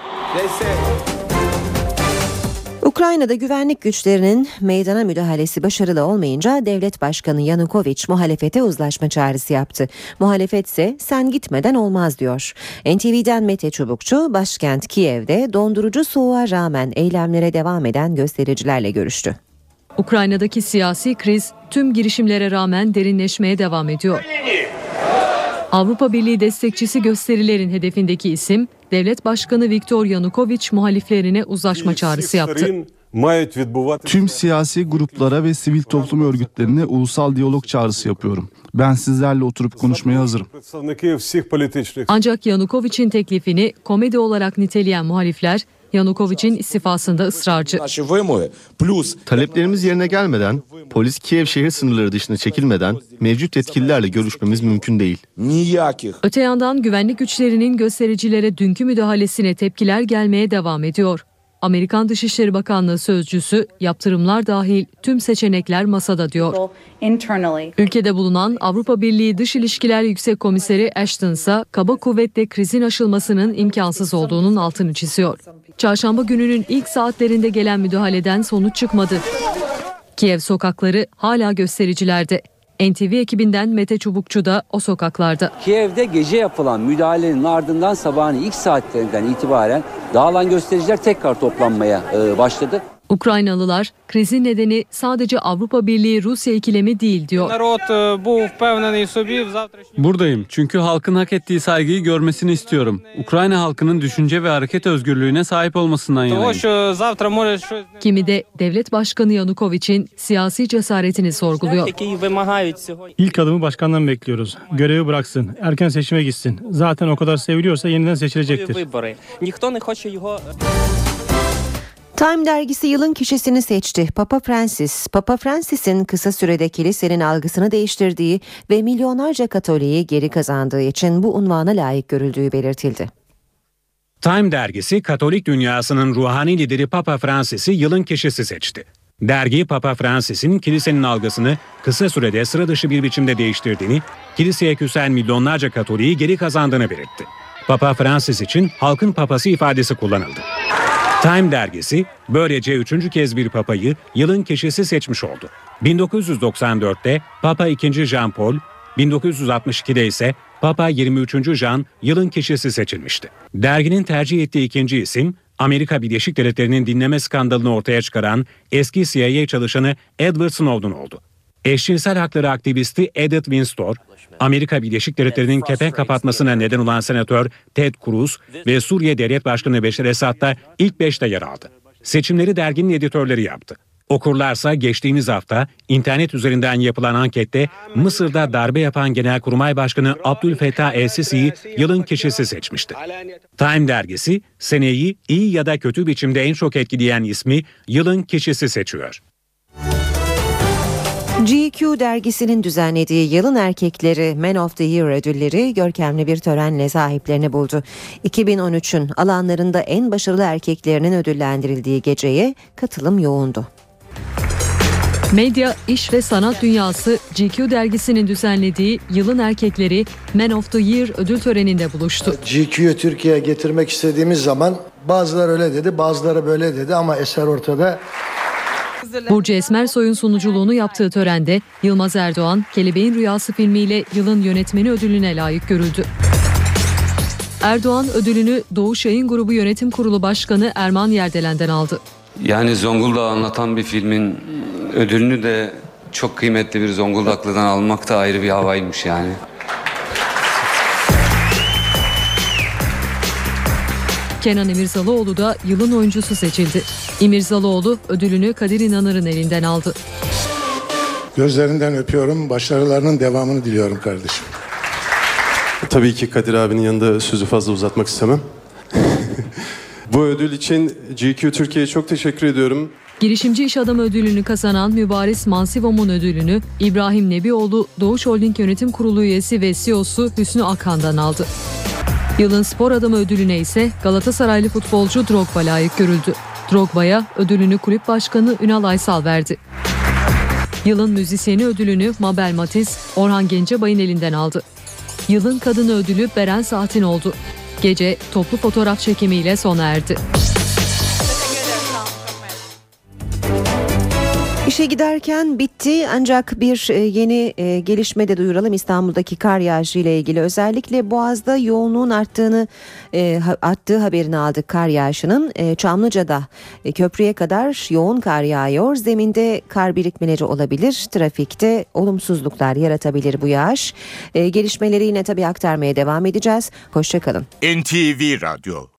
Speaker 2: Ukrayna'da güvenlik güçlerinin meydana müdahalesi başarılı olmayınca devlet başkanı Yanukovych muhalefete uzlaşma çağrısı yaptı. Muhalefet ise sen gitmeden olmaz diyor. NTV'den Mete Çubukçu başkent Kiev'de dondurucu soğuğa rağmen eylemlere devam eden göstericilerle görüştü.
Speaker 4: Ukrayna'daki siyasi kriz tüm girişimlere rağmen derinleşmeye devam ediyor. Avrupa Birliği destekçisi gösterilerin hedefindeki isim, Devlet Başkanı Viktor Yanukovych muhaliflerine uzlaşma çağrısı yaptı.
Speaker 26: Tüm siyasi gruplara ve sivil toplum örgütlerine ulusal diyalog çağrısı yapıyorum. Ben sizlerle oturup konuşmaya hazırım.
Speaker 4: Ancak Yanukovych'in teklifini komedi olarak niteleyen muhalifler, Yanukovic'in istifasında ısrarcı.
Speaker 24: Taleplerimiz yerine gelmeden, polis Kiev şehir sınırları dışına çekilmeden mevcut yetkililerle görüşmemiz mümkün değil.
Speaker 4: Öte yandan güvenlik güçlerinin göstericilere dünkü müdahalesine tepkiler gelmeye devam ediyor. Amerikan Dışişleri Bakanlığı sözcüsü yaptırımlar dahil tüm seçenekler masada diyor. Ülkede bulunan Avrupa Birliği Dış İlişkiler Yüksek Komiseri Ashton ise kaba kuvvetle krizin aşılmasının imkansız olduğunun altını çiziyor. Çarşamba gününün ilk saatlerinde gelen müdahaleden sonuç çıkmadı. Kiev sokakları hala göstericilerde. NTV ekibinden Mete Çubukçu da o sokaklarda.
Speaker 10: Kiev'de gece yapılan müdahalenin ardından sabahın ilk saatlerinden itibaren dağılan göstericiler tekrar toplanmaya başladı.
Speaker 4: Ukraynalılar krizin nedeni sadece Avrupa Birliği-Rusya ikilemi değil diyor.
Speaker 15: Buradayım çünkü halkın hak ettiği saygıyı görmesini istiyorum. Ukrayna halkının düşünce ve hareket özgürlüğüne sahip olmasından yanayım.
Speaker 4: Kimi de devlet başkanı Yanukovic'in siyasi cesaretini sorguluyor.
Speaker 14: İlk adımı başkandan bekliyoruz. Görevi bıraksın, erken seçime gitsin. Zaten o kadar seviliyorsa yeniden seçilecektir.
Speaker 2: Time dergisi yılın kişisini seçti. Papa Francis. Papa Francis'in kısa sürede kilisenin algısını değiştirdiği ve milyonlarca Katolik'i geri kazandığı için bu unvana layık görüldüğü belirtildi.
Speaker 5: Time dergisi Katolik dünyasının ruhani lideri Papa Francis'i yılın kişisi seçti. Dergi Papa Francis'in kilisenin algısını kısa sürede sıra dışı bir biçimde değiştirdiğini, kiliseye küsen milyonlarca Katolik'i geri kazandığını belirtti. Papa Francis için halkın papası ifadesi kullanıldı. Time dergisi böylece 3. kez bir papayı yılın kişisi seçmiş oldu. 1994'te Papa II. Jean Paul, 1962'de ise Papa 23. Jean yılın kişisi seçilmişti. Derginin tercih ettiği ikinci isim, Amerika Birleşik Devletleri'nin dinleme skandalını ortaya çıkaran eski CIA çalışanı Edward Snowden oldu. Eşcinsel hakları aktivisti Edith Windsor, Amerika Birleşik Devletleri'nin kepenk kapatmasına neden olan senatör Ted Cruz ve Suriye Devlet Başkanı Beşar Esad da ilk 5'te yer aldı. Seçimleri derginin editörleri yaptı. Okurlarsa geçtiğimiz hafta internet üzerinden yapılan ankette Mısır'da darbe yapan Genelkurmay Başkanı Abdülfettah el-Sisi'yi yılın kişisi seçmişti. Time dergisi seneyi iyi ya da kötü biçimde en çok etkileyen ismi yılın kişisi seçiyor.
Speaker 2: GQ dergisinin düzenlediği Yılın Erkekleri Man of the Year ödülleri görkemli bir törenle sahiplerini buldu. 2013'ün alanlarında en başarılı erkeklerinin ödüllendirildiği geceye katılım yoğundu.
Speaker 4: Medya, iş ve sanat dünyası GQ dergisinin düzenlediği Yılın Erkekleri Man of the Year ödül töreninde buluştu.
Speaker 18: GQ'yu Türkiye'ye getirmek istediğimiz zaman bazıları öyle dedi, bazıları böyle dedi ama eser ortada.
Speaker 4: Burcu Esmersoy'un sunuculuğunu yaptığı törende Yılmaz Erdoğan, Kelebeğin Rüyası filmiyle yılın yönetmeni ödülüne layık görüldü. Erdoğan ödülünü Doğu Şahin Grubu Yönetim Kurulu Başkanı Erman Yerdelen'den aldı.
Speaker 19: Yani Zonguldak'ı anlatan bir filmin ödülünü de çok kıymetli bir Zonguldaklı'dan almak da ayrı bir havaymış yani.
Speaker 4: Kenan İmirzalıoğlu da yılın oyuncusu seçildi. İmirzalıoğlu ödülünü Kadir İnanır'ın elinden aldı.
Speaker 18: Gözlerinden öpüyorum, başarılarının devamını diliyorum kardeşim.
Speaker 20: Tabii ki Kadir abinin yanında sözü fazla uzatmak istemem. Bu ödül için GQ Türkiye'ye çok teşekkür ediyorum.
Speaker 4: Girişimci İş Adamı ödülünü kazanan Mübariz Mansivom'un ödülünü İbrahim Nebioğlu, Doğuş Holding Yönetim Kurulu üyesi ve CEO'su Hüsnü Akan'dan aldı. Yılın spor adamı ödülüne ise Galatasaraylı futbolcu Drogba layık görüldü. Drogba'ya ödülünü kulüp başkanı Ünal Aysal verdi. Yılın müzisyeni ödülünü Mabel Matiz, Orhan Gencebay'ın elinden aldı. Yılın kadını ödülü Beren Saat'in oldu. Gece toplu fotoğraf çekimiyle sona erdi.
Speaker 2: İşe giderken bitti ancak bir yeni gelişme de duyuralım. İstanbul'daki kar yağışı ile ilgili özellikle Boğaz'da yoğunluğun arttığı haberini aldık kar yağışının. Çamlıca'da köprüye kadar yoğun kar yağıyor. Zeminde kar birikmeleri olabilir. Trafikte olumsuzluklar yaratabilir bu yağış. Gelişmeleri yine tabii aktarmaya devam edeceğiz. Hoşça kalın.
Speaker 1: NTV Radyo